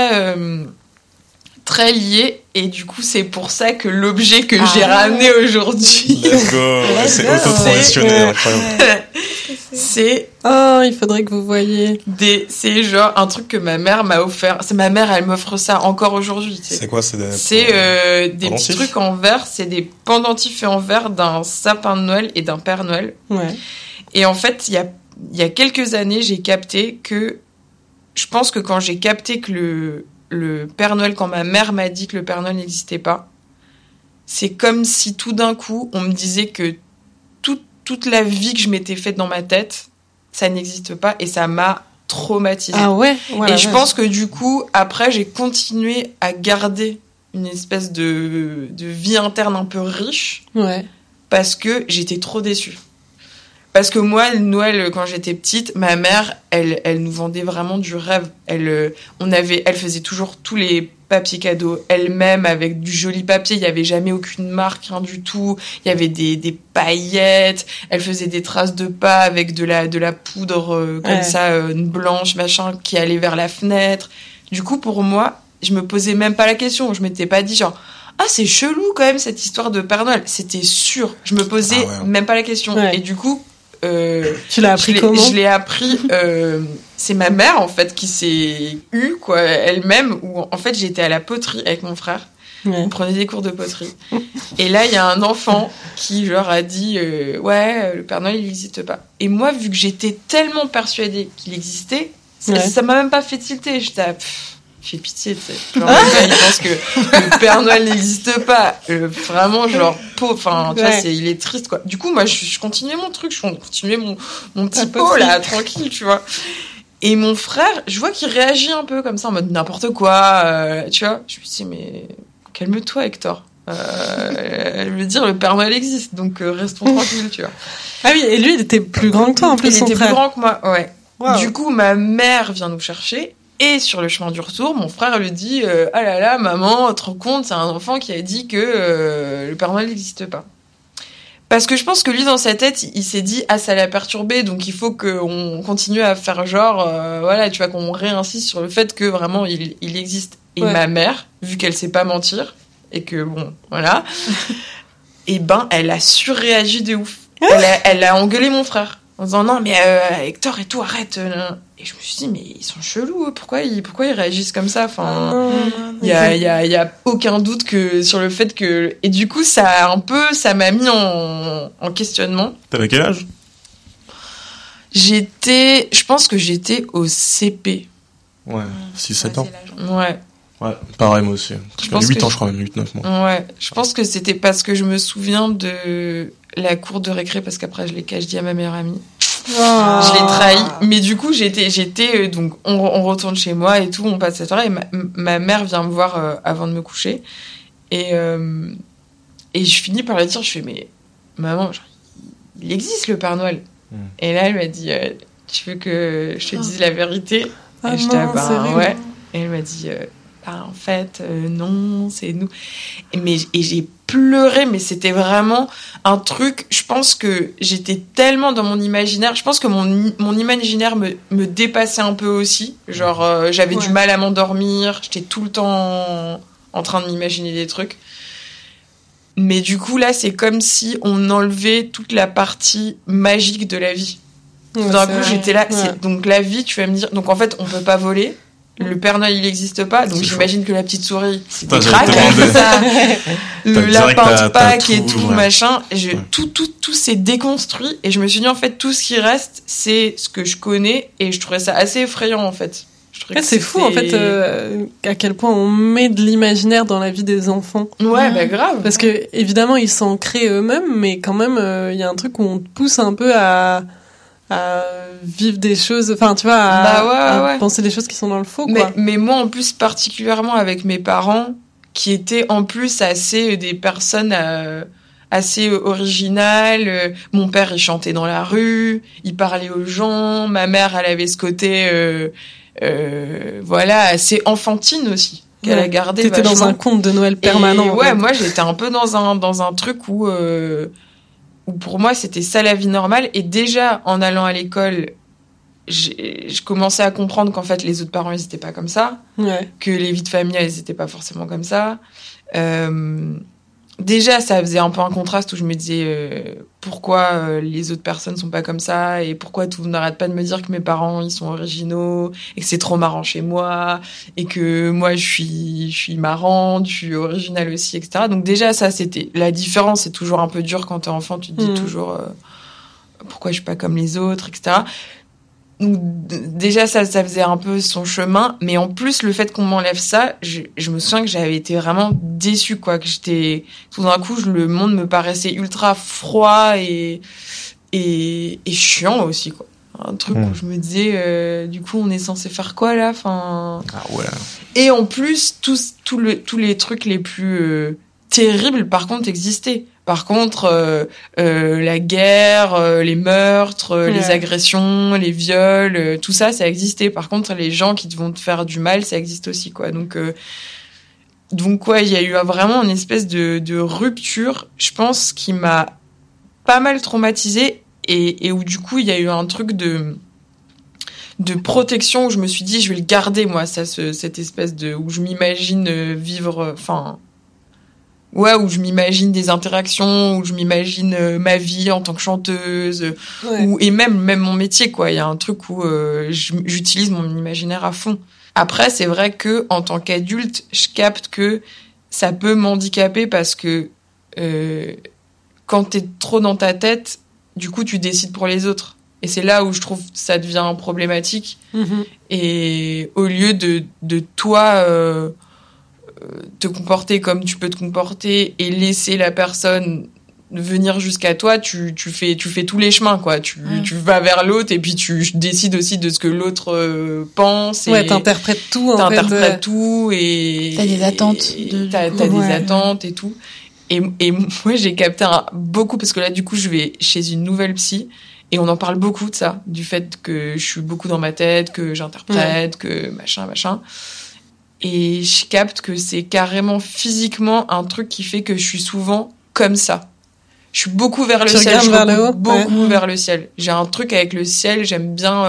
très lié, et du coup c'est pour ça que l'objet que j'ai ramené aujourd'hui, let's go, c'est auto-transitionné, incroyable. C'est il faudrait que vous voyiez. C'est genre un truc que ma mère m'a offert. C'est ma mère, elle m'offre ça encore aujourd'hui. C'est quoi? C'est des petits trucs en verre. C'est des pendentifs faits en verre d'un sapin de Noël et d'un Père Noël. Ouais. Et en fait, il y a quelques années, j'ai capté que, je pense que quand j'ai capté que le Père Noël, quand ma mère m'a dit que le Père Noël n'existait pas, c'est comme si tout d'un coup, on me disait que toute la vie que je m'étais faite dans ma tête, ça n'existe pas, et ça m'a traumatisée. Ah ouais, voilà, et je pense que du coup, après, j'ai continué à garder une espèce de vie interne un peu riche, parce que j'étais trop déçue. Parce que moi, le Noël, quand j'étais petite, ma mère, elle nous vendait vraiment du rêve. Elle faisait toujours tous les papiers cadeaux elle-même avec du joli papier. Il y avait jamais aucune marque, rien du tout. Il y avait des paillettes. Elle faisait des traces de pas avec de la poudre comme ça, blanche, machin, qui allait vers la fenêtre. Du coup, pour moi, je me posais même pas la question. Je m'étais pas dit genre, c'est chelou quand même cette histoire de Père Noël. C'était sûr. Je me posais même pas la question. Et du coup, tu l'as appris comment? Je l'ai appris. C'est ma mère en fait qui s'est eue quoi elle-même. Où en fait j'étais à la poterie avec mon frère. On prenait des cours de poterie. Et là il y a un enfant qui genre a dit le Père Noël il n'existe pas. Et moi vu que j'étais tellement persuadée qu'il existait, ça m'a même pas fait tilter. J'étais j'ai pitié, tu sais. Genre, il pense que le Père Noël n'existe pas. Vraiment, genre, enfin, tu vois, il est triste, quoi. Du coup, moi, je continuais mon truc, je continuais mon petit pot, là, tranquille, tu vois. Et mon frère, je vois qu'il réagit un peu comme ça, en mode n'importe quoi, tu vois. Je me dis, mais calme-toi, Hector. Elle veut dire, le Père Noël existe, donc restons tranquilles, tu vois. Ah oui, et lui, il était plus grand que toi, en plus, son frère. Il était plus grand que moi, ouais. Wow. Du coup, ma mère vient nous chercher. Et sur le chemin du retour, mon frère lui dit ah là là, maman, te rends compte, c'est un enfant qui a dit que le Père Noël n'existe pas. Parce que je pense que lui, dans sa tête, il s'est dit ça l'a perturbé, donc il faut qu'on continue à faire genre, tu vois, qu'on réinsiste sur le fait que vraiment il existe. Et ma mère, vu qu'elle sait pas mentir, et que bon, voilà, elle a surréagi de ouf. Elle a engueulé mon frère. En disant non mais Hector et tout arrête et je me suis dit mais ils sont chelous pourquoi ils réagissent comme ça enfin il y a aucun doute que sur le fait que et du coup ça m'a mis en questionnement. T'avais quel âge? Je pense que j'étais au CP. 6-7 ans. Ouais, pareil moi aussi. J'avais 8 ans je crois, même 8-9 mois. Ouais, je pense que c'était parce que je me souviens de la cour de récré parce qu'après je l'ai dit à ma meilleure amie. Je l'ai trahi, mais du coup j'étais donc on retourne chez moi et tout, on passe cette soirée et ma mère vient me voir avant de me coucher et je finis par lui dire, je fais mais maman, genre, il existe le Père Noël. Et là elle m'a dit tu veux que je te dise la vérité? Et j'étais ouais. Et elle m'a dit en fait non, c'est nous. Et j'ai pleuré, mais c'était vraiment un truc, je pense que j'étais tellement dans mon imaginaire, je pense que mon imaginaire me dépassait un peu aussi, genre j'avais du mal à m'endormir, j'étais tout le temps en train de m'imaginer des trucs, mais du coup là c'est comme si on enlevait toute la partie magique de la vie. D'un coup j'étais là, donc la vie, tu vas me dire, donc en fait on peut pas voler, le Père Noël il n'existe pas, donc j'imagine que la petite souris c'est des cracks, le lapin de Pâques et tout machin, tout s'est déconstruit et je me suis dit en fait tout ce qui reste c'est ce que je connais et je trouvais ça assez effrayant en fait. C'est fou en fait à quel point on met de l'imaginaire dans la vie des enfants. Ouais, grave. Parce que évidemment ils s'en créent eux-mêmes, mais quand même il y a un truc où on te pousse un peu à vivre des choses, enfin tu vois, à penser des choses qui sont dans le faux, quoi. Mais moi en plus particulièrement avec mes parents qui étaient en plus assez des personnes assez originales. Mon père il chantait dans la rue, il parlait aux gens, ma mère elle avait ce côté voilà assez enfantine aussi qu'elle a gardé. T'étais vachement. Dans un conte de Noël permanent. Ouais, moi j'étais un peu dans un truc où pour moi c'était ça la vie normale, et déjà en allant à l'école je commençais à comprendre qu'en fait les autres parents ils étaient pas comme ça, que les vies de famille elles étaient pas forcément comme ça. Déjà ça faisait un peu un contraste où je me disais pourquoi les autres personnes sont pas comme ça, et pourquoi tout n'arrête pas de me dire que mes parents ils sont originaux et que c'est trop marrant chez moi et que moi je suis marrante, je suis originale aussi, etc. Donc déjà ça c'était la différence. C'est toujours un peu dur quand t'es enfant, tu te dis toujours pourquoi je suis pas comme les autres, etc. Donc déjà ça faisait un peu son chemin, mais en plus le fait qu'on m'enlève ça, je me souviens que j'avais été vraiment déçue, quoi, que j'étais tout d'un coup le monde me paraissait ultra froid et chiant aussi, quoi. Un truc où je me disais du coup on est censé faire quoi là, enfin. Ah ouais. Et en plus tous les trucs les plus terribles par contre existaient. Par contre, la guerre, les meurtres, les agressions, les viols, tout ça, ça existait. Par contre, les gens qui vont te faire du mal, ça existe aussi, quoi. Donc ouais, il y a eu vraiment une espèce de rupture, je pense, qui m'a pas mal traumatisée et où du coup, il y a eu un truc de protection où je me suis dit, je vais le garder, moi, cette espèce où je m'imagine vivre, enfin. Ouais, où je m'imagine des interactions, où je m'imagine ma vie en tant que chanteuse, et même mon métier, quoi. Il y a un truc où j'utilise mon imaginaire à fond. Après, c'est vrai que en tant qu'adulte, je capte que ça peut m'handicaper parce que quand t'es trop dans ta tête, du coup, tu décides pour les autres. Et c'est là où je trouve que ça devient problématique. Et au lieu de toi te comporter comme tu peux te comporter et laisser la personne venir jusqu'à toi, tu fais tous les chemins, quoi. Tu vas vers l'autre et puis tu décides aussi de ce que l'autre pense. Ouais, t'interprètes tout, t'interprètes tout et t'as des attentes. T'as des attentes et tout. Et moi, j'ai capté beaucoup parce que là, du coup, je vais chez une nouvelle psy et on en parle beaucoup de ça, du fait que je suis beaucoup dans ma tête, que j'interprète, que machin. Et je capte que c'est carrément physiquement un truc qui fait que je suis souvent comme ça. Je suis beaucoup vers le ciel. Vers le haut. Beaucoup vers le ciel. J'ai un truc avec le ciel, j'aime bien.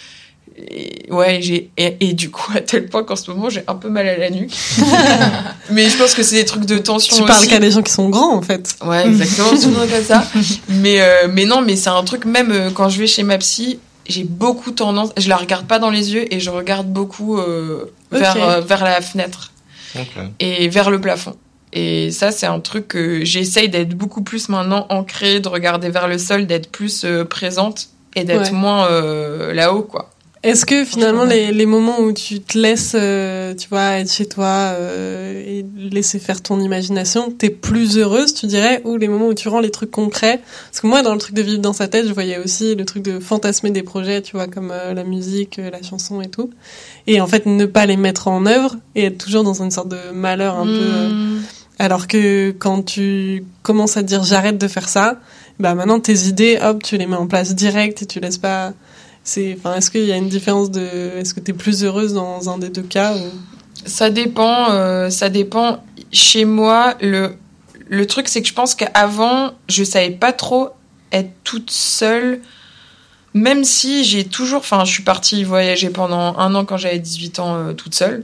Et du coup, à tel point qu'en ce moment, j'ai un peu mal à la nuque. Mais je pense que c'est des trucs de tension aussi. Tu parles qu'à des gens qui sont grands, en fait. Ouais, exactement, souvent comme ça. Mais non, mais c'est un truc, même quand je vais chez ma psy, j'ai beaucoup tendance, je la regarde pas dans les yeux et je regarde beaucoup vers la fenêtre et vers le plafond. Et ça, c'est un truc que j'essaye d'être beaucoup plus maintenant ancrée, de regarder vers le sol, d'être plus présente et d'être moins là-haut, quoi. Est-ce que finalement les moments où tu te laisses, tu vois, être chez toi et laisser faire ton imagination, t'es plus heureuse, tu dirais, ou les moments où tu rends les trucs concrets? Parce que moi, dans le truc de vivre dans sa tête, je voyais aussi le truc de fantasmer des projets, tu vois, comme la musique, la chanson et tout. Et en fait, ne pas les mettre en œuvre et être toujours dans une sorte de malheur un peu. Alors que quand tu commences à te dire j'arrête de faire ça, bah maintenant tes idées, hop, tu les mets en place direct et tu laisses pas. Est-ce qu'il y a une différence est-ce que t'es plus heureuse dans un des deux cas ou... Ça dépend. Chez moi, le truc, c'est que je pense qu'avant, je savais pas trop être toute seule. Même si j'ai toujours... Enfin, je suis partie voyager pendant 1 an quand j'avais 18 ans toute seule.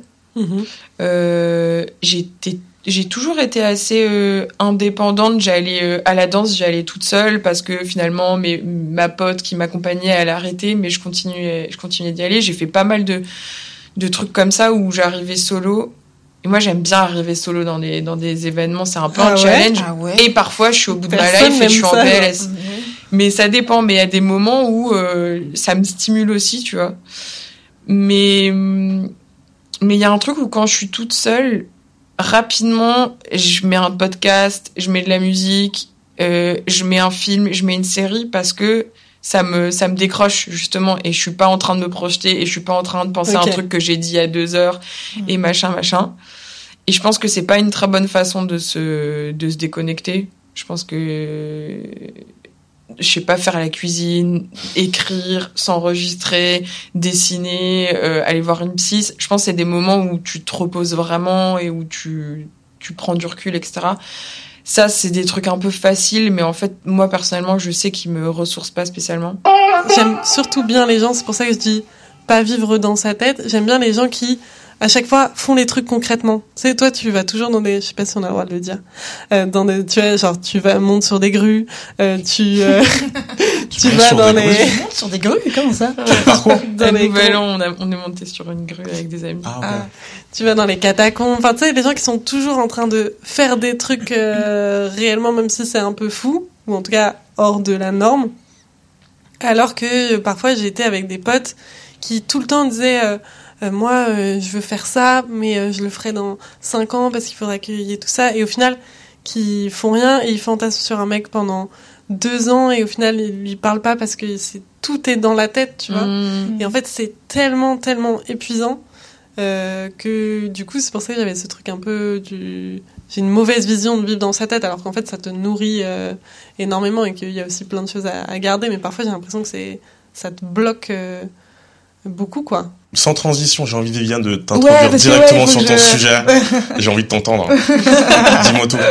J'ai toujours été assez indépendante. J'allais à la danse, j'allais toute seule parce que finalement ma pote qui m'accompagnait, elle a arrêté, mais je continuais d'y aller. J'ai fait pas mal de trucs comme ça où j'arrivais solo. Et moi, j'aime bien arriver solo dans des événements. C'est un peu un challenge. Et parfois, je suis au bout de ma life et je suis en PLS. Mais ça dépend. Mais il y a des moments où ça me stimule aussi, tu vois. Mais il y a un truc où quand je suis toute seule, rapidement, je mets un podcast, je mets de la musique, je mets un film, je mets une série parce que ça me décroche justement, et je suis pas en train de me projeter, et je suis pas en train de penser à un truc que j'ai dit il y a 2 heures et machin. Et je pense que c'est pas une très bonne façon de se déconnecter. Je pense que je sais pas, faire la cuisine, écrire, s'enregistrer, dessiner, aller voir une psy. Je pense que c'est des moments où tu te reposes vraiment et où tu prends du recul, etc. Ça, c'est des trucs un peu faciles, mais en fait, moi, personnellement, je sais qu'ils me ressourcent pas spécialement. J'aime surtout bien les gens, c'est pour ça que je dis pas vivre dans sa tête. J'aime bien les gens qui, à chaque fois, font les trucs concrètement. Tu sais, toi, tu vas toujours dans des, je sais pas si on a le droit de le dire, tu vois, genre, tu montes sur des grues, tu vas dans les... Tu montes sur des grues, comment ça? Dans les Nouvel An, on est monté sur une grue avec des amis. Ah, okay. Tu vas dans les catacombes, enfin, tu sais, les gens qui sont toujours en train de faire des trucs, réellement, même si c'est un peu fou, ou en tout cas, hors de la norme. Alors que, parfois, j'ai été avec des potes qui, tout le temps, disaient, moi, je veux faire ça, mais je le ferai dans 5 ans parce qu'il faudra qu'il y ait tout ça. Et au final, qui font rien et ils fantasment sur un mec pendant 2 ans et au final, ils lui parlent pas parce que tout est dans la tête, tu vois. Et en fait, c'est tellement, tellement épuisant que du coup, c'est pour ça que j'avais ce truc un peu j'ai une mauvaise vision de vivre dans sa tête, alors qu'en fait, ça te nourrit énormément et qu'il y a aussi plein de choses à garder. Mais parfois, j'ai l'impression que ça te bloque beaucoup, quoi. Sans transition, j'ai envie, Viviane, de t'introduire directement sur ton sujet. J'ai envie de t'entendre. Dis-moi tout.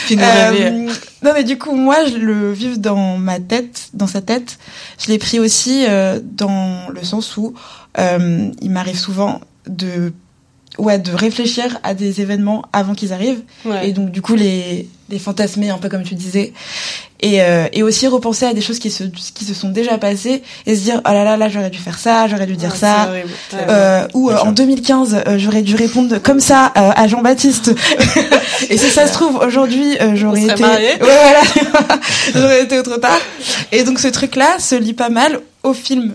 Non, mais du coup, moi, je le vive dans sa tête. Je l'ai pris aussi dans le sens où il m'arrive souvent de réfléchir à des événements avant qu'ils arrivent. Ouais. Et donc, du coup, les fantasmer, un peu comme tu disais. Et aussi repenser à des choses qui se sont déjà passées et se dire, oh là, j'aurais dû faire ça, j'aurais dû dire ça. Ou en 2015, j'aurais dû répondre comme ça à Jean-Baptiste. Et si ça se trouve, aujourd'hui, j'aurais été... mariés. Ouais, voilà. J'aurais été autre part. Et donc, ce truc-là se lie pas mal au film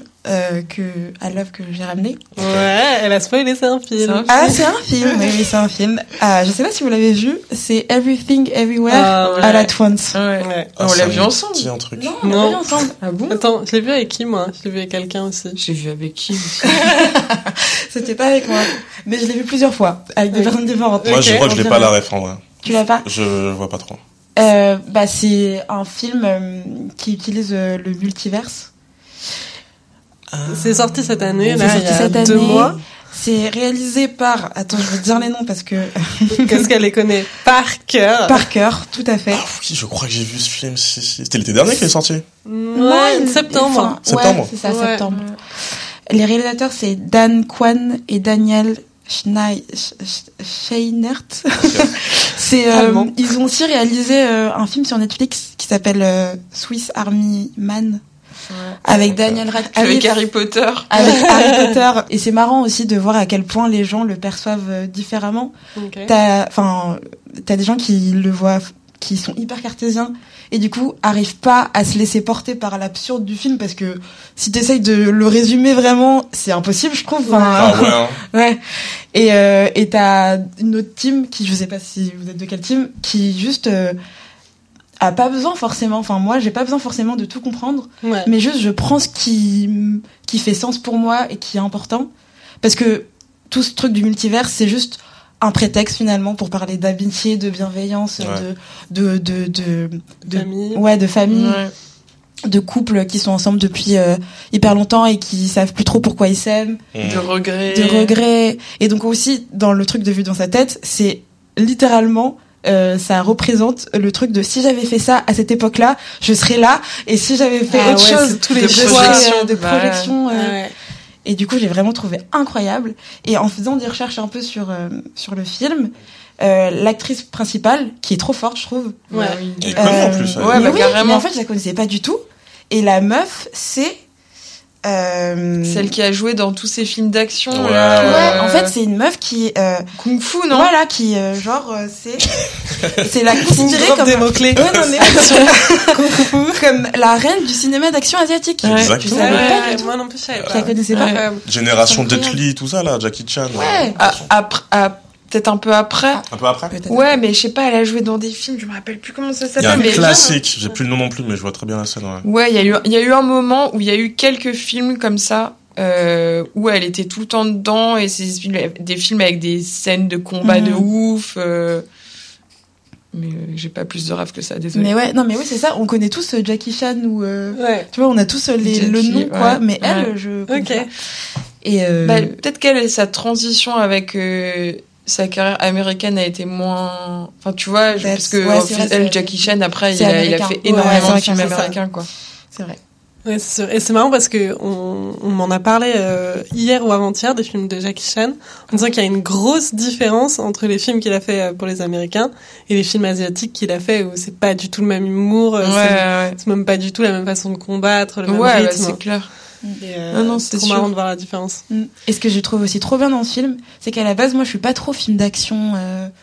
à l'œuvre que j'ai ramené. Ouais, elle a spoilé, c'est un film. C'est un film. Oui, c'est un film. Je sais pas si vous l'avez vu, c'est Everything Everywhere All at Once. Ouais. On l'a vu ensemble. C'est un truc. Non, on l'a vu ensemble. Ah bon? Attends, je l'ai vu avec qui, moi? Je l'ai vu avec quelqu'un aussi. Je l'ai vu avec qui aussi? C'était pas avec moi. Mais je l'ai vu plusieurs fois, avec des personnes différentes. Moi, je crois que je l'ai pas la ref, en vrai. Tu l'as pas? Je vois pas trop. C'est un film qui utilise le multiverse. C'est sorti cette année, là, il y a 2 mois. C'est réalisé par... Attends, je vais te dire les noms parce que... Qu'est-ce qu'elle les connaît par cœur. Par cœur, tout à fait. Ah oui, je crois que j'ai vu ce film. C'était l'été dernier qu'il est sorti. Ouais, septembre. Septembre. Ouais, c'est ça, septembre. Les réalisateurs, c'est Dan Kwan et Daniel Scheinert. Okay. Ils ont aussi réalisé un film sur Netflix qui s'appelle Swiss Army Man. Ouais. Avec Daniel Radcliffe. Avec Harry Potter. Avec Harry Potter. Et c'est marrant aussi de voir à quel point les gens le perçoivent différemment. Okay. T'as des gens qui le voient, qui sont hyper cartésiens et du coup arrivent pas à se laisser porter par l'absurde du film parce que si t'essayes de le résumer vraiment, c'est impossible, je trouve. Ouais. Et t'as une autre team qui, je sais pas si vous êtes de quelle team, qui juste a pas besoin forcément, enfin moi j'ai pas besoin forcément de tout comprendre, mais juste je prends ce qui fait sens pour moi et qui est important, parce que tout ce truc du multivers c'est juste un prétexte finalement pour parler d'amitié, de bienveillance, de famille. De famille, de couples qui sont ensemble depuis hyper longtemps et qui savent plus trop pourquoi ils s'aiment, de regrets, et donc aussi dans le truc de vue dans sa tête, c'est littéralement ça représente le truc de si j'avais fait ça à cette époque-là, je serais là, et si j'avais fait autre chose, tous les de projection. Et du coup, j'ai vraiment trouvé incroyable. Et en faisant des recherches un peu sur le film, l'actrice principale, qui est trop forte, je trouve. Elle est connue en plus. Carrément. Mais en fait, je la connaissais pas du tout. Et la meuf, c'est celle qui a joué dans tous ces films d'action. En fait, c'est une meuf qui Kung Fu, non? Voilà, qui c'est la considérée comme des mots-clés. Comme la reine du cinéma d'action asiatique. Exactement. Tu savais pas du tout. Moi non plus, je savais pas. Tu la connaissais pas. Génération Jet Li, tout ça là, Jackie Chan. Ouais. peut-être un peu après. Un peu après? Peut-être. Ouais, mais je sais pas, elle a joué dans des films, je me rappelle plus comment ça s'appelle. Il y a un mais classique, j'ai plus le nom non plus, mais je vois très bien la scène, ouais. Ouais, il y a eu un moment où il y a eu quelques films comme ça, où elle était tout le temps dedans, et c'est des films avec des scènes de combat de ouf, mais j'ai pas plus de rêve que ça, désolé. Mais ouais, non, mais oui, c'est ça. On connaît tous Jackie Chan ou, tu vois, on a tous le nom, quoi. Mais elle, je connais pas. Et peut-être qu'elle, sa transition avec sa carrière américaine a été moins. Enfin, tu vois, parce que elle, Jackie Chan, après, il a fait énormément de films américains, quoi. C'est vrai. Ouais, c'est sûr. Et c'est marrant parce que on m'en a parlé hier ou avant-hier des films de Jackie Chan, en disant qu'il y a une grosse différence entre les films qu'il a fait pour les Américains et les films asiatiques qu'il a fait où c'est pas du tout le même humour, c'est même pas du tout la même façon de combattre, le même rythme. Ouais, c'est clair. Non, c'est trop marrant de voir la différence. Et ce que je trouve aussi trop bien dans ce film, c'est qu'à la base, moi, je suis pas trop film d'action,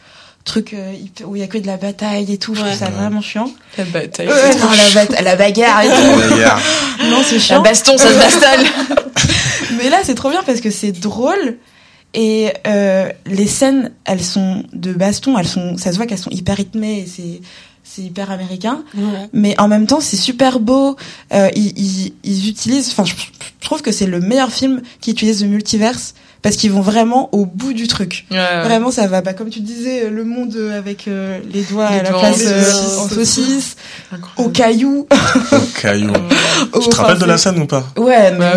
truc où il y a que de la bataille et tout. Je trouve ça vraiment chiant. La bataille. Non, la bagarre et tout. Non, c'est chiant. La baston, ça se bastalle. Mais là, c'est trop bien parce que c'est drôle. Et les scènes, elles sont de baston, ça se voit qu'elles sont hyper rythmées. Et c'est hyper américain, mais en même temps c'est super beau. Ils utilisent, enfin je trouve que c'est le meilleur film qui utilise le multiverse parce qu'ils vont vraiment au bout du truc. Vraiment ça va, comme tu disais, le monde avec les doigts à la place en saucisse, au caillou. Au caillou. Tu te rappelles de la scène ou pas? Ouais, mais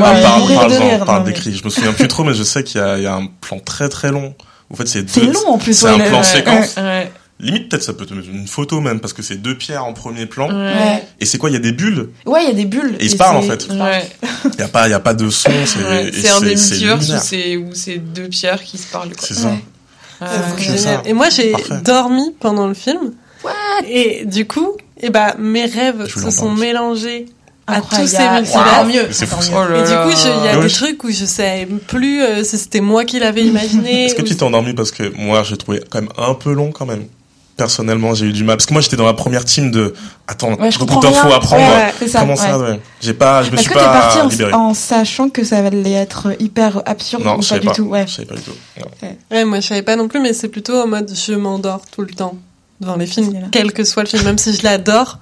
parle d'écrit. Je me souviens plus trop, mais je sais qu'il y a un plan très très long. En fait, c'est long en plus. C'est un plan séquence. Limite, peut-être, ça peut te mettre une photo même, parce que c'est deux pierres en premier plan. Et c'est quoi, il y a des bulles? Ouais, il y a des bulles. Et ils se parlent, en fait. Il y a pas de son, c'est un des multiverses où c'est deux pierres qui se parlent, quoi. C'est ça. C'est génial. Et moi, j'ai dormi pendant le film. What? Et du coup, mes rêves se sont mélangés à tous ces multivers. Mieux. C'est fou, ça. Et du coup, il y a des trucs où je savais plus si c'était moi qui l'avais imaginé. Est-ce que tu t'es endormi parce que moi, j'ai trouvé quand même un peu long, quand même. Personnellement, j'ai eu du mal parce que moi j'étais dans la première team de beaucoup d'infos à prendre. Comment ça, je me suis pas libéré. En sachant que ça allait être hyper absurde ou pas du tout. Je savais pas du tout. Ouais, moi je savais pas non plus, mais c'est plutôt en mode je m'endors tout le temps devant les films, quel que soit le film, même si je l'adore,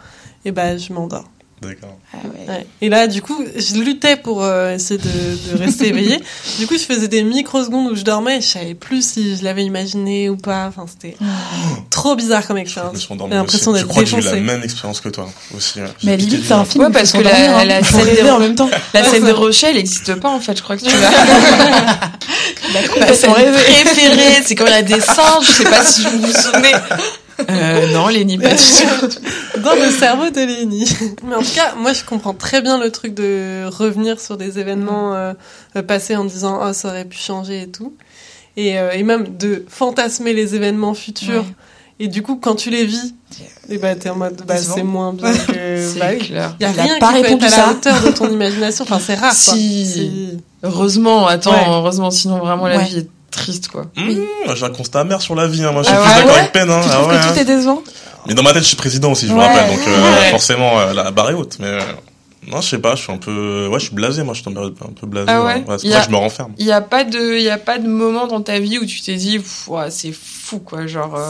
je m'endors. D'accord. Et là, du coup, je luttais pour essayer de rester éveillée. Du coup, je faisais des microsecondes où je dormais et je savais plus si je l'avais imaginé ou pas. Enfin, c'était trop bizarre comme expérience. J'ai l'impression d'être défoncée. Je crois que j'ai eu la même expérience que toi aussi. Mais limite, c'est un film. Ouais, parce que la scène en même temps. La scène de Rochelle n'existe pas, en fait. Je crois que tu l'as. Ma scène préférée, c'est quand il y a des singes. Je sais pas si vous vous souvenez. Non, Lénie, pas du tout. Dans le cerveau de Lénie. Mais en tout cas, moi, je comprends très bien le truc de revenir sur des événements passés en disant « Oh, ça aurait pu changer et tout ». Et même de fantasmer les événements futurs. Et du coup, quand tu les vis, t'es en mode « c'est moins bien que... » C'est clair. Il y a rien qui peut être à la hauteur de ton imagination. Enfin, c'est rare, quoi. Heureusement, heureusement, sinon vraiment la vie est triste, quoi. J'ai un constat amer sur la vie, moi je suis plus d'accord avec Pen. Tu trouves que tout est décevant? Mais dans ma tête, je suis président aussi, je vous rappelle, donc forcément la barre est haute. Mais non, je sais pas, je suis un peu, je suis blasé, moi, je suis un peu blasé. C'est pour ça que je me renferme. Il y a pas de moment dans ta vie où tu t'es dit, c'est fou, quoi, genre.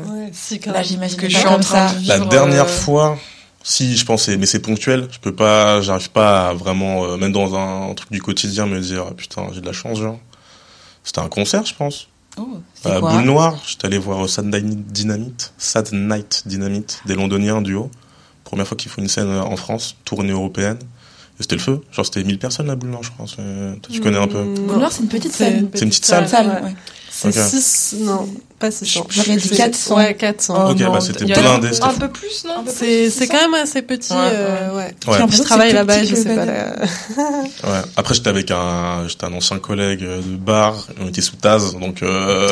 Là, j'imagine que je suis en train de vivre. La dernière fois. Si, je pensais, mais c'est ponctuel. J'arrive pas à vraiment, même dans un truc du quotidien, me dire, putain, j'ai de la chance, genre. C'était un concert, je pense. À Boule Noire, j'étais allé voir Sad Night Dynamite, des Londoniens, un duo. Première fois qu'ils font une scène en France, tournée européenne. Et c'était le feu. Genre, c'était 1000 personnes, la Boule Noire, je pense. Toi, tu connais un peu. Boule Noire, c'est une petite scène. C'est une petite salle. C'est 6, non, pas 600. J'aurais dit 400. Ouais, 400. Ok, c'était blindé. Un peu plus, non? C'est quand même assez petit, ouais. Je travaille là-bas, je sais pas. Ouais. Après, j'étais un ancien collègue de bar, on était sous Taz, donc,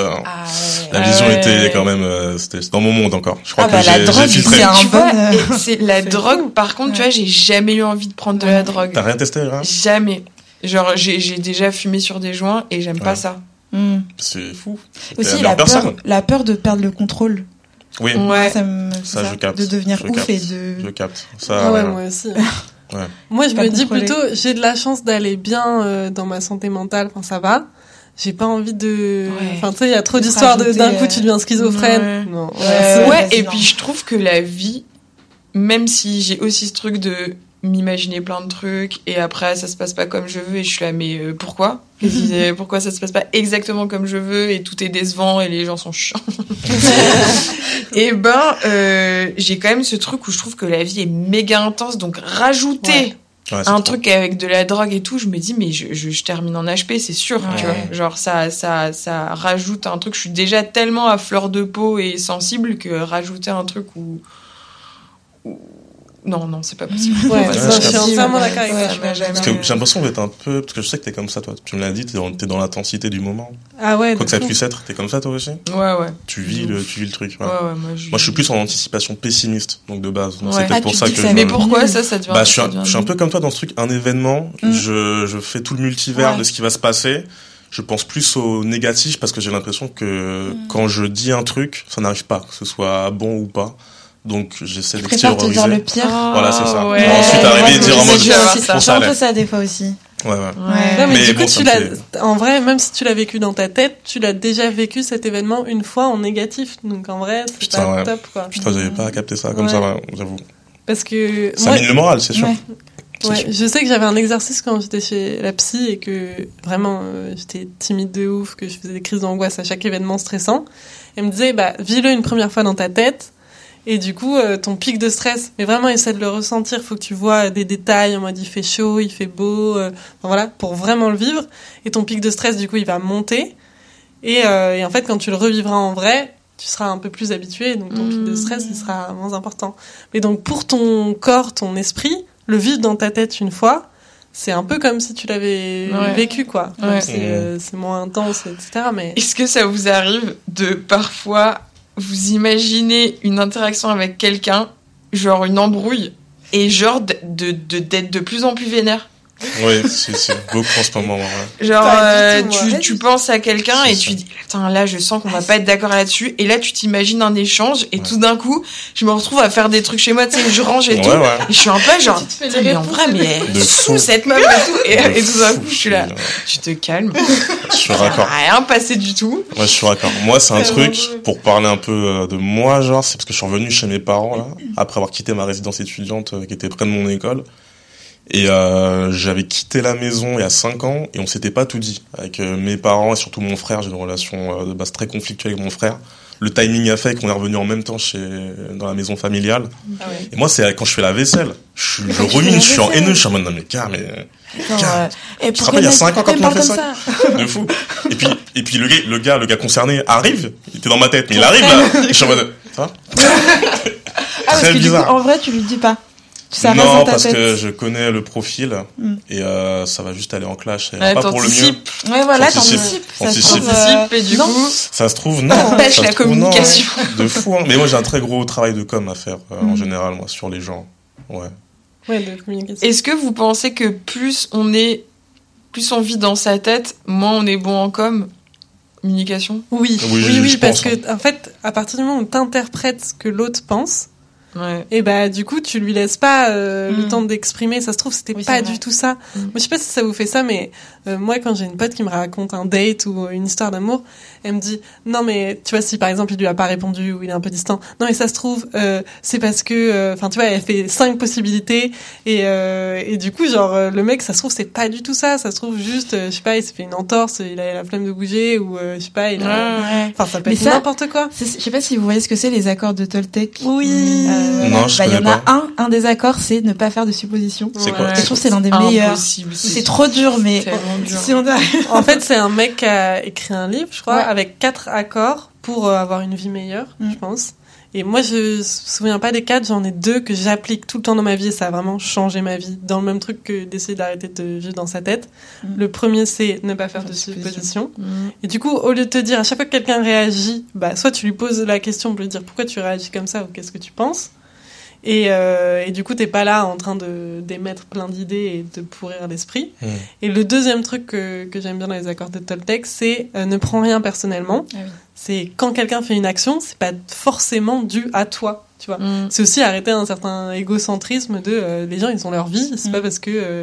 la vision était quand même, c'était dans mon monde encore. Je crois que j'ai filtré. C'est la drogue, par contre, tu vois, j'ai jamais eu envie de prendre de la drogue. T'as rien testé, hein? Jamais. Genre, j'ai déjà fumé sur des joints et j'aime pas ça. C'est fou. Aussi la peur de perdre le contrôle. Oui. Ça je capte. De devenir ouf et de. Je capte. Ça. Moi aussi. Moi, je me dis plutôt, j'ai de la chance d'aller bien dans ma santé mentale. Enfin, ça va. j'ai pas envie de... Enfin, tu sais, il y a trop d'histoires d'un coup, tu deviens schizophrène. Ouais. Non. Et puis je trouve que la vie, même si j'ai aussi ce truc de m'imaginer plein de trucs, et après, ça se passe pas comme je veux, et je suis là, mais pourquoi ? Pourquoi ça se passe pas exactement comme je veux, et tout est décevant, et les gens sont chiants. Et j'ai quand même ce truc où je trouve que la vie est méga intense, donc rajouter... un truc avec de la drogue et tout, je me dis mais je termine en HP, c'est sûr, tu vois. Genre ça rajoute un truc, je suis déjà tellement à fleur de peau et sensible que rajouter un truc où... Non, c'est pas possible. Je suis entièrement d'accord avec ça. Parce que j'ai l'impression d'être un peu... Parce que je sais que t'es comme ça, toi. Tu me l'as dit, t'es dans l'intensité du moment. Ah ouais. Quoi que ça puisse être, t'es comme ça, toi aussi ? Ouais. Tu vis le truc. Ouais. Moi, je suis plus en anticipation pessimiste, donc de base. Donc c'est peut-être pour ça que... Mais pourquoi ça devient... Je suis un peu comme toi dans ce truc, un événement, je fais tout le multivers de ce qui va se passer. Je pense plus au négatif parce que j'ai l'impression que quand je dis un truc, ça n'arrive pas, que ce soit bon ou pas. Donc j'essaie d'extérioriser. Tu préfères te dire le pire. Voilà, c'est ça. Ouais. Ensuite arriver et dire en mode c'est un peu ça des fois aussi. Ouais. Non, mais du coup, en vrai, même si tu l'as vécu dans ta tête, tu l'as déjà vécu cet événement une fois en négatif. Donc en vrai, c'est pas top, quoi. Putain, j'avais pas capté ça comme ça, j'avoue. Parce que ça mine le moral, c'est sûr. Ouais, je sais que j'avais un exercice quand j'étais chez la psy et que vraiment j'étais timide de ouf, que je faisais des crises d'angoisse à chaque événement stressant. Elle me disait, vis-le une première fois dans ta tête. Et du coup, ton pic de stress, mais vraiment essaie de le ressentir, faut que tu vois des détails en mode il fait chaud, il fait beau, voilà, pour vraiment le vivre. Et ton pic de stress, du coup, il va monter. Et en fait, quand tu le revivras en vrai, tu seras un peu plus habitué, donc ton pic de stress, il sera moins important. Mais donc, pour ton corps, ton esprit, le vivre dans ta tête une fois, c'est un peu comme si tu l'avais vécu, quoi. C'est moins intense, etc. Mais... Est-ce que ça vous arrive de parfois... vous imaginez une interaction avec quelqu'un, genre une embrouille, et genre d'être de plus en plus vénère. Oui, c'est beaucoup en ce moment. Ouais. Genre, tu penses à quelqu'un et tu dis, attends, là, je sens qu'on va pas être d'accord là-dessus. Et là, tu t'imagines un échange et tout d'un coup, je me retrouve à faire des trucs chez moi, tu sais, je range et tout. Et je suis un peu genre, mais en vrai, mais elle est fou cette meuf et tout. Et tout d'un coup, je suis là, tu te calmes. Je suis raccord. Rien passé du tout. Ouais, je suis raccord. Moi, c'est un truc, pour parler un peu de moi, genre, c'est parce que je suis revenu chez mes parents, là, après avoir quitté ma résidence étudiante qui était près de mon école. Et j'avais quitté la maison il y a 5 ans et on s'était pas tout dit avec mes parents et surtout mon frère. J'ai une relation de base très conflictuelle avec mon frère. Le timing a fait qu'on est revenu en même temps dans la maison familiale. Ah ouais. Et moi, c'est quand je fais la vaisselle, je rumine, je suis en haineux, je suis en mode non mais tu te rappelles il y a 5 ans quand on fait ça de fou. Et puis le gars concerné arrive, il était dans ma tête, mais il arrive là. Et je suis en mode ça va. Très bizarre. Du coup, en vrai, tu lui dis pas. Non, parce que je connais le profil et ça va juste aller en clash. Pas pour le mieux. Ouais, voilà, t'anticipes. Et du coup, ça se trouve, non. Ça empêche la communication. Non, de fou, hein. Mais moi, j'ai un très gros travail de com à faire, en général, moi, sur les gens. Ouais, de communication. Est-ce que vous pensez que plus on vit dans sa tête, moins on est bon en communication? Oui, parce que, en fait, à partir du moment où t'interprètes ce que l'autre pense, et du coup tu lui laisses pas le temps d'exprimer. Ça se trouve c'était pas du tout ça. Moi je sais pas si ça vous fait ça, mais moi quand j'ai une pote qui me raconte un date ou une histoire d'amour, elle me dit non mais tu vois, si par exemple il lui a pas répondu ou il est un peu distant, non mais ça se trouve c'est parce que enfin tu vois, elle fait 5 possibilités et du coup genre le mec, ça se trouve c'est pas du tout ça. Ça se trouve juste je sais pas, il s'est fait une entorse, il a la flemme de bouger ou je sais pas, enfin ça peut être n'importe quoi. Je sais pas si vous voyez ce que c'est, les accords de Toltec. Oui. Non, je connais pas. Il y en a un des accords, c'est ne pas faire de suppositions. C'est quoi? Je trouve que c'est l'un des meilleurs. C'est trop dur, mais en fait, c'est un mec qui a écrit un livre, je crois, avec 4 accords pour avoir une vie meilleure, je pense. Et moi, je me souviens pas des 4, j'en ai 2 que j'applique tout le temps dans ma vie et ça a vraiment changé ma vie. Dans le même truc que d'essayer d'arrêter de vivre dans sa tête. Le premier, c'est ne pas faire de suppositions. Et du coup, au lieu de te dire, à chaque fois que quelqu'un réagit, soit tu lui poses la question pour lui dire pourquoi tu réagis comme ça ou qu'est-ce que tu penses. Et du coup, t'es pas là en train d'émettre plein d'idées et de pourrir l'esprit. Et le deuxième truc que j'aime bien dans les accords de Toltec, c'est ne prends rien personnellement. Ah oui. C'est quand quelqu'un fait une action, c'est pas forcément dû à toi, tu vois. C'est aussi arrêter un certain égocentrisme de les gens, ils ont leur vie. C'est pas parce que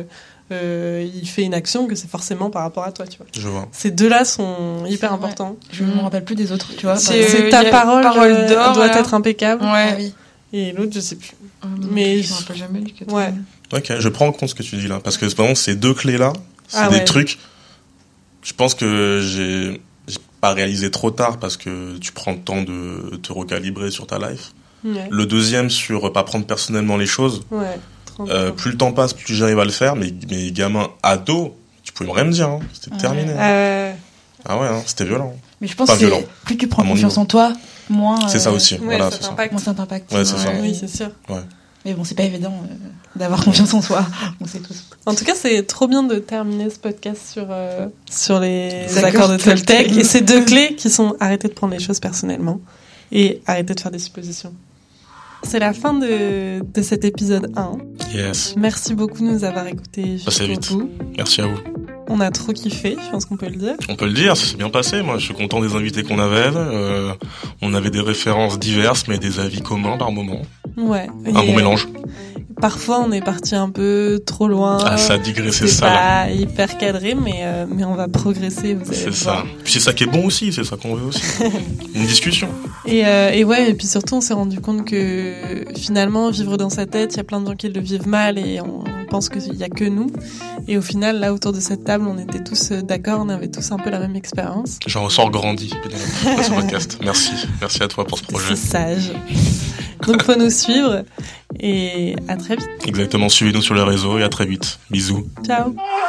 il fait une action, que c'est forcément par rapport à toi, tu vois. Je vois. Ces deux-là sont hyper importants. Je me rappelle plus des autres, tu vois. C'est ta parole d'or, doit être impeccable. Ouais. Ah, oui. Et l'autre, je sais plus. Mais je me rappelle jamais lui. Ouais. Ok, je prends en compte ce que tu dis là, parce que vraiment ces deux clés-là, c'est des trucs. Je pense que j'ai pas réalisé trop tard parce que tu prends le temps de te recalibrer sur ta life. Ouais. Le deuxième sur pas prendre personnellement les choses. Ouais. Plus le temps passe, plus j'arrive à le faire. Mais mes gamins ados, tu pouvais rien me dire. Hein. C'était terminé. Ah ouais, hein, c'était violent. Mais je pense que plus tu prends confiance en toi, moins. C'est ça aussi. Ouais, voilà, ça c'est ça. Moins ça t'impacte. Ouais, c'est ça. Oui, c'est sûr. Ouais. Mais bon, c'est pas évident d'avoir confiance en soi. On sait tous. En tout cas, c'est trop bien de terminer ce podcast sur les accords de Toltec et ces deux clés qui sont arrêter de prendre les choses personnellement et arrêter de faire des suppositions. C'est la fin de cet épisode 1. Yes. Merci beaucoup de nous avoir écoutés jusqu'au bout. Merci à vous. On a trop kiffé, je pense qu'on peut le dire. On peut le dire, ça s'est bien passé. Moi, je suis content des invités qu'on avait. On avait des références diverses, mais des avis communs par moment. Ouais. Un bon mélange. Parfois, on est parti un peu trop loin. Ah, ça a digressé ça. C'est pas hyper cadré, mais on va progresser. Vous allez c'est voir. ça. Puis c'est ça qui est bon aussi, c'est ça qu'on veut aussi. Une discussion. Et puis surtout, on s'est rendu compte que finalement, vivre dans sa tête, il y a plein de gens qui le vivent mal et on pense qu'il y a que nous. Et au final, là, autour de cette table, on était tous d'accord, on avait tous un peu la même expérience. J'en ressors grandi dans ce podcast. Merci à toi pour ce projet. C'est sage. Donc, faut nous suivre et à très vite. Exactement, suivez-nous sur les réseaux et à très vite. Bisous. Ciao.